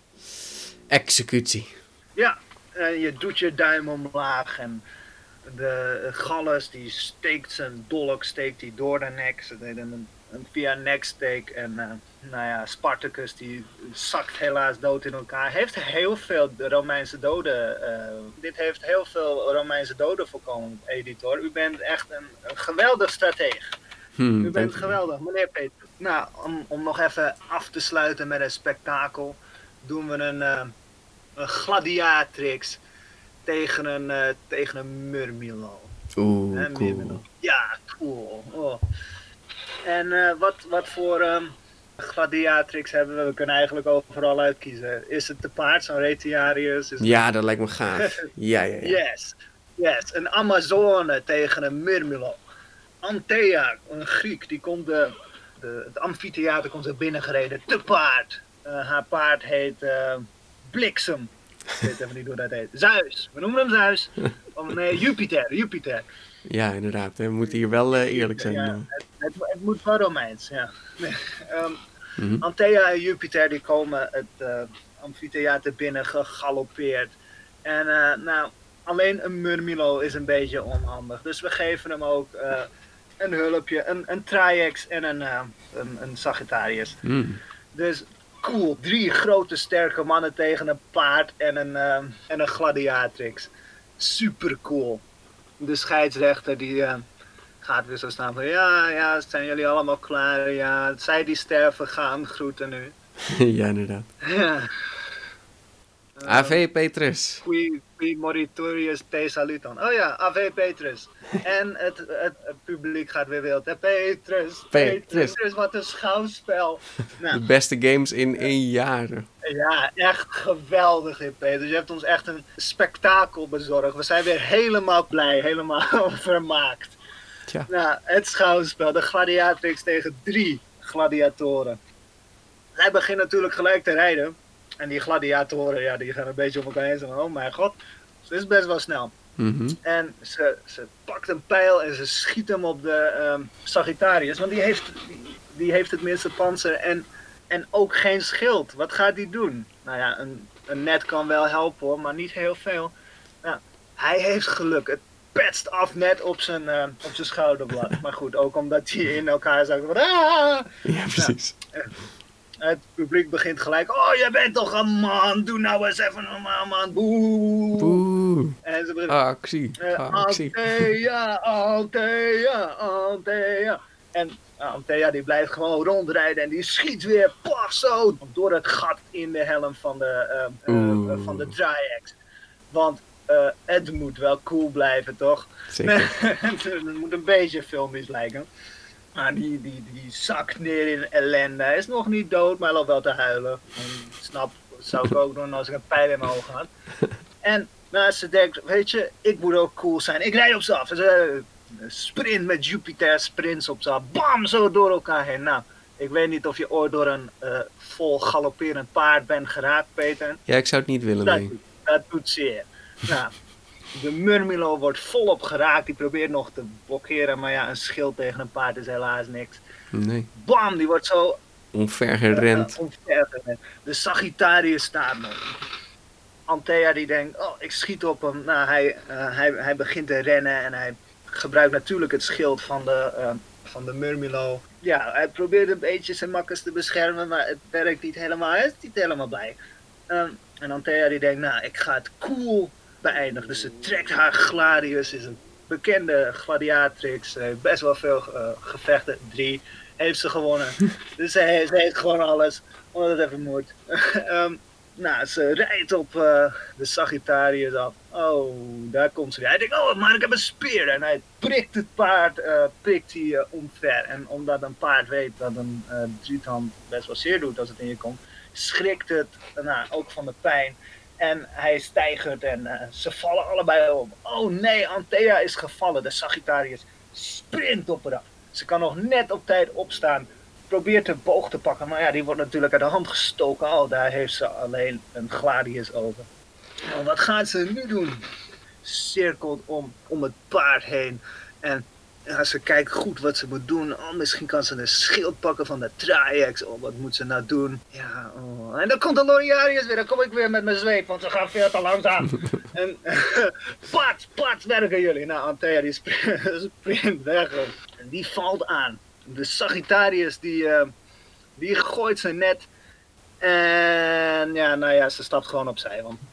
executie. Ja, je doet je duim omlaag en de Gallus die steekt zijn dolk door de nek. Ze deden een via neksteek en Spartacus die zakt helaas dood in elkaar. Heeft heel veel Romeinse doden. Dit heeft heel veel Romeinse doden voorkomen, editor. U bent echt een geweldig strateeg. U bent geweldig, meneer Peter. Nou, om nog even af te sluiten met een spektakel, doen we een gladiatrix tegen een Murmilo. Cool. Murmilo. Ja, cool. En wat voor gladiatrix hebben we? We kunnen eigenlijk overal uitkiezen. Is het te paard, zo'n Retiarius? Dat lijkt me gaaf. Ja. Yes. Een Amazone tegen een Murmilo. Antea, een Griek, die komt het amfitheater komt er binnengereden. Te paard. Haar paard heet Bliksem. Ik weet even niet hoe dat heet. Zeus. We noemen hem Zeus. Nee, Jupiter. Ja, inderdaad. We moeten hier wel eerlijk zijn. Ja, het moet wel Romeins, ja. Antea en Jupiter die komen het amfitheater binnen gegalopeerd. En alleen een Murmilo is een beetje onhandig. Dus we geven hem ook een hulpje, een Triax en een Sagittarius. Dus cool, 3 grote sterke mannen tegen een paard en een gladiatrix. Super cool. De scheidsrechter die gaat weer zo staan van ja, zijn jullie allemaal klaar? Ja, zij die sterven gaan, groeten nu. Ja, inderdaad. Ave Petrus. Qui moritorius te saluton. Oh ja, Ave Petrus. En het publiek gaat weer wild. Petrus, wat een schouwspel. De beste games in jaren. Ja, echt geweldig in Petrus. Je hebt ons echt een spektakel bezorgd. We zijn weer helemaal blij, helemaal vermaakt. Tja. Nou, het schouwspel, de gladiatrix tegen 3 gladiatoren. Zij beginnen natuurlijk gelijk te rijden. En die gladiatoren, die gaan een beetje op elkaar heen. Zeggen, oh mijn god, het is best wel snel. En ze pakt een pijl en ze schiet hem op de Sagittarius. Want die heeft het minste panzer en ook geen schild. Wat gaat die doen? Nou ja, een net kan wel helpen hoor, maar niet heel veel. Nou, hij heeft geluk. Het petst af net op zijn schouderblad. Maar goed, ook omdat hij in elkaar zakt. Ja, precies. Het publiek begint gelijk, oh, jij bent toch een man, doe nou eens even normaal, man, boe. Boe. En ze beginnen, Actie. Antea. En Antea die blijft gewoon rondrijden en die schiet weer, paf, zo, door het gat in de helm van de Triax. Want het moet wel cool blijven, toch? Zeker. Het moet een beetje filmisch lijken. Maar die zakt neer in ellende. Hij is nog niet dood, maar hij loopt wel te huilen. Dat zou ik ook doen als ik een pijl in mijn oog had. En ze denkt, weet je, ik moet ook cool zijn. Ik rijd op ze af. Ze sprint met Jupiter, sprints op ze af. Bam, zo door elkaar heen. Nou, ik weet niet of je ooit door een vol galopperend paard bent geraakt, Peter. Ja, ik zou het niet willen, nee. Dat doet zeer. Nou, de Murmillo wordt volop geraakt. Die probeert nog te blokkeren. Maar ja, een schild tegen een paard is helaas niks. Nee. Bam, die wordt zo omvergerend. De Sagittarius staat nog. Antea die denkt, oh, ik schiet op hem. Nou, hij begint te rennen en hij gebruikt natuurlijk het schild van de Murmillo. Ja, hij probeert een beetje zijn makkers te beschermen, maar het werkt niet helemaal. Hij is niet helemaal blij. En Antea die denkt, nou, ik ga het cool beëindigen. Dus ze trekt haar gladius, is een bekende gladiatrix. Best wel veel gevechten, 3 heeft ze gewonnen. Dus ze heeft gewoon alles, omdat het even moet. Nou, ze rijdt op de Sagittarius af. Oh, daar komt ze weer. Hij denkt, oh, maar ik heb een speer. En hij prikt het paard, omver. En omdat een paard weet dat een drietand best wel zeer doet als het in je komt, schrikt het ook van de pijn. En hij stijgert en ze vallen allebei op. Oh nee, Antea is gevallen. De Sagittarius sprint op haar af. Ze kan nog net op tijd opstaan. Probeert de boog te pakken, maar ja, die wordt natuurlijk uit de hand gestoken. Oh, daar heeft ze alleen een gladius over. Oh, wat gaat ze nu doen? Cirkelt om het paard heen. En ja, ze kijkt goed wat ze moet doen. Oh, misschien kan ze een schild pakken van de Triax. Oh, wat moet ze nou doen? Ja, oh. En dan komt de Loriarius weer. Dan kom ik weer met mijn zweep, want ze gaan veel te langzaam. En pat, werken jullie. Nou, Antea die sprint weg. En die valt aan. De Sagittarius die gooit zijn net. En ja, nou ja, ze stapt gewoon opzij. Want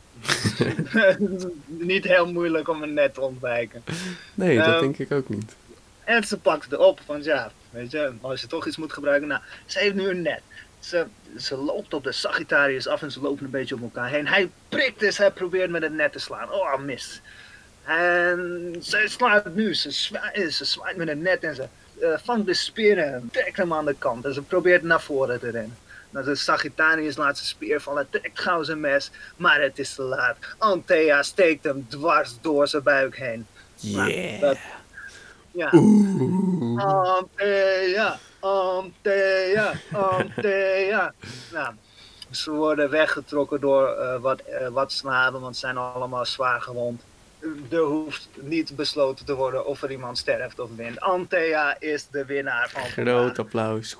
niet heel moeilijk om een net te ontwijken. Nee, dat denk ik ook niet. En ze pakt het op. Want ja, weet je, als je toch iets moet gebruiken. Nou, ze heeft nu een net. Ze loopt op de Sagittarius af en ze lopen een beetje op elkaar heen. Hij prikt dus, hij probeert met het net te slaan. Oh, mis. En ze slaat nu. Ze zwaait met het net en ze vangt de speer en trekt hem aan de kant. En ze probeert naar voren te rennen. Nou, de Sagittarius laat zijn speer vallen, trekt gauw zijn mes, maar het is te laat. Antea steekt hem dwars door zijn buik heen. Yeah. Nou, ja. Antea. Nou, ze worden weggetrokken door wat slaven, want ze zijn allemaal zwaar gewond. Er hoeft niet besloten te worden of er iemand sterft of wint. Antea is de winnaar van Groot applaus.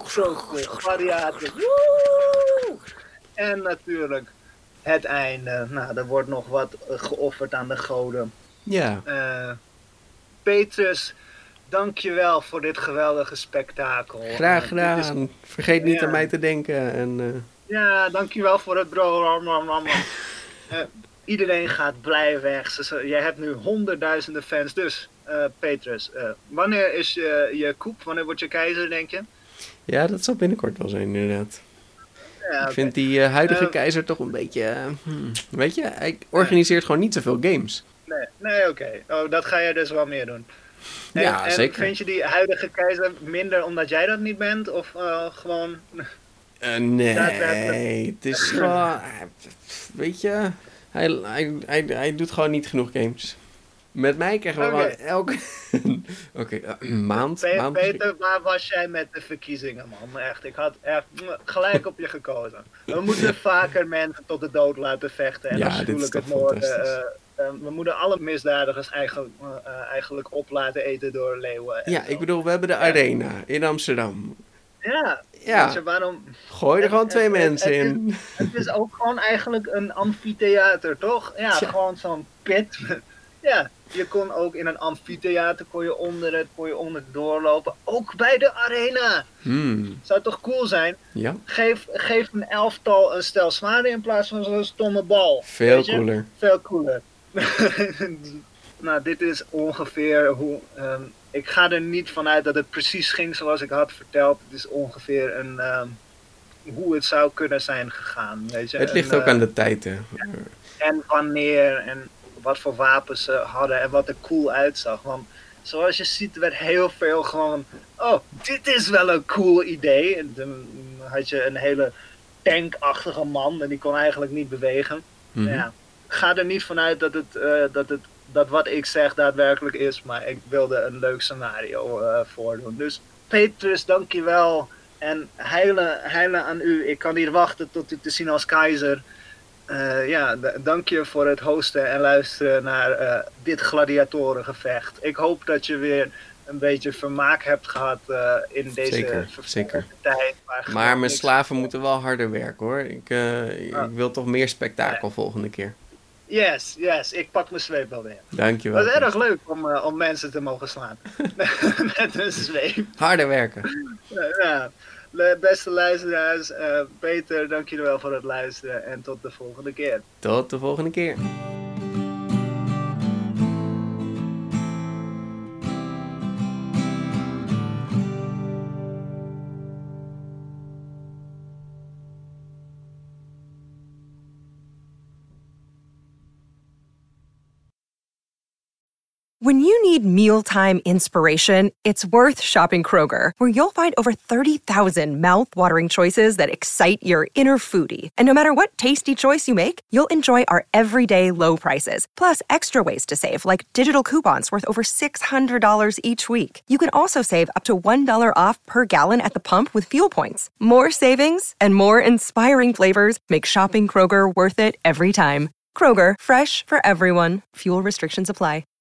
En natuurlijk het einde. Nou, er wordt nog wat geofferd aan de goden. Ja. Petrus, dankjewel voor dit geweldige spektakel. Graag gedaan. Vergeet niet aan mij te denken. En, ja, dankjewel voor het bro. Iedereen gaat blij weg. Jij hebt nu honderdduizenden fans. Dus, Petrus, wanneer is je koep? Wanneer word je keizer, denk je? Ja, dat zal binnenkort wel zijn, inderdaad. Ja, okay. Ik vind die huidige keizer toch een beetje... weet je, hij organiseert gewoon niet zoveel games. Nee, oké. Oh, dat ga je dus wel meer doen. Ja, zeker. Vind je die huidige keizer minder omdat jij dat niet bent? Of gewoon... Nee, het is gewoon... weet je... Hij doet gewoon niet genoeg games. Met mij krijgen we wel elke maand. Peter, waar was jij met de verkiezingen, man? Echt, ik had echt gelijk op je gekozen. We moeten vaker mensen tot de dood laten vechten. En afschuwelijk het moorden. We moeten alle misdadigers eigenlijk op laten eten door leeuwen. Ja, ik bedoel, we hebben de Arena in Amsterdam. Ja. Weet je, waarom... Gooi er gewoon 2 mensen in. Het is ook gewoon eigenlijk een amfitheater, toch? Ja, gewoon zo'n pit Ja, je kon ook in een amfitheater kon je onderdoor lopen. Ook bij de arena. Zou toch cool zijn? Ja. Geef een elftal een stel zwaarden in plaats van zo'n stomme bal. Veel cooler. Veel cooler. Nou, dit is ongeveer hoe... ik ga er niet vanuit dat het precies ging zoals ik had verteld. Het is ongeveer hoe het zou kunnen zijn gegaan. Weet je? Het ligt ook aan de tijd, hè. En wanneer en wat voor wapens ze hadden en wat er cool uitzag. Want zoals je ziet werd heel veel gewoon... Oh, dit is wel een cool idee. En dan had je een hele tankachtige man en die kon eigenlijk niet bewegen. Ja, ga er niet vanuit dat wat ik zeg daadwerkelijk is. Maar ik wilde een leuk scenario voordoen. Dus Petrus, dankjewel. En heilen aan u. Ik kan niet wachten tot u te zien als keizer. Dank je voor het hosten en luisteren naar dit gladiatorengevecht. Ik hoop dat je weer een beetje vermaak hebt gehad in deze zeker. tijd. Maar mijn slaven moeten wel harder werken, hoor. Ik wil toch meer spektakel volgende keer. Yes, ik pak mijn zweep wel weer. Dankjewel. Het was erg leuk om mensen te mogen slaan. Met een zweep. Harder werken. Ja. Beste luisteraars, Peter, dank jullie wel voor het luisteren en tot de volgende keer. Tot de volgende keer. When you need mealtime inspiration, it's worth shopping Kroger, where you'll find over 30,000 mouth-watering choices that excite your inner foodie. And no matter what tasty choice you make, you'll enjoy our everyday low prices, plus extra ways to save, like digital coupons worth over $600 each week. You can also save up to $1 off per gallon at the pump with fuel points. More savings and more inspiring flavors make shopping Kroger worth it every time. Kroger, fresh for everyone. Fuel restrictions apply.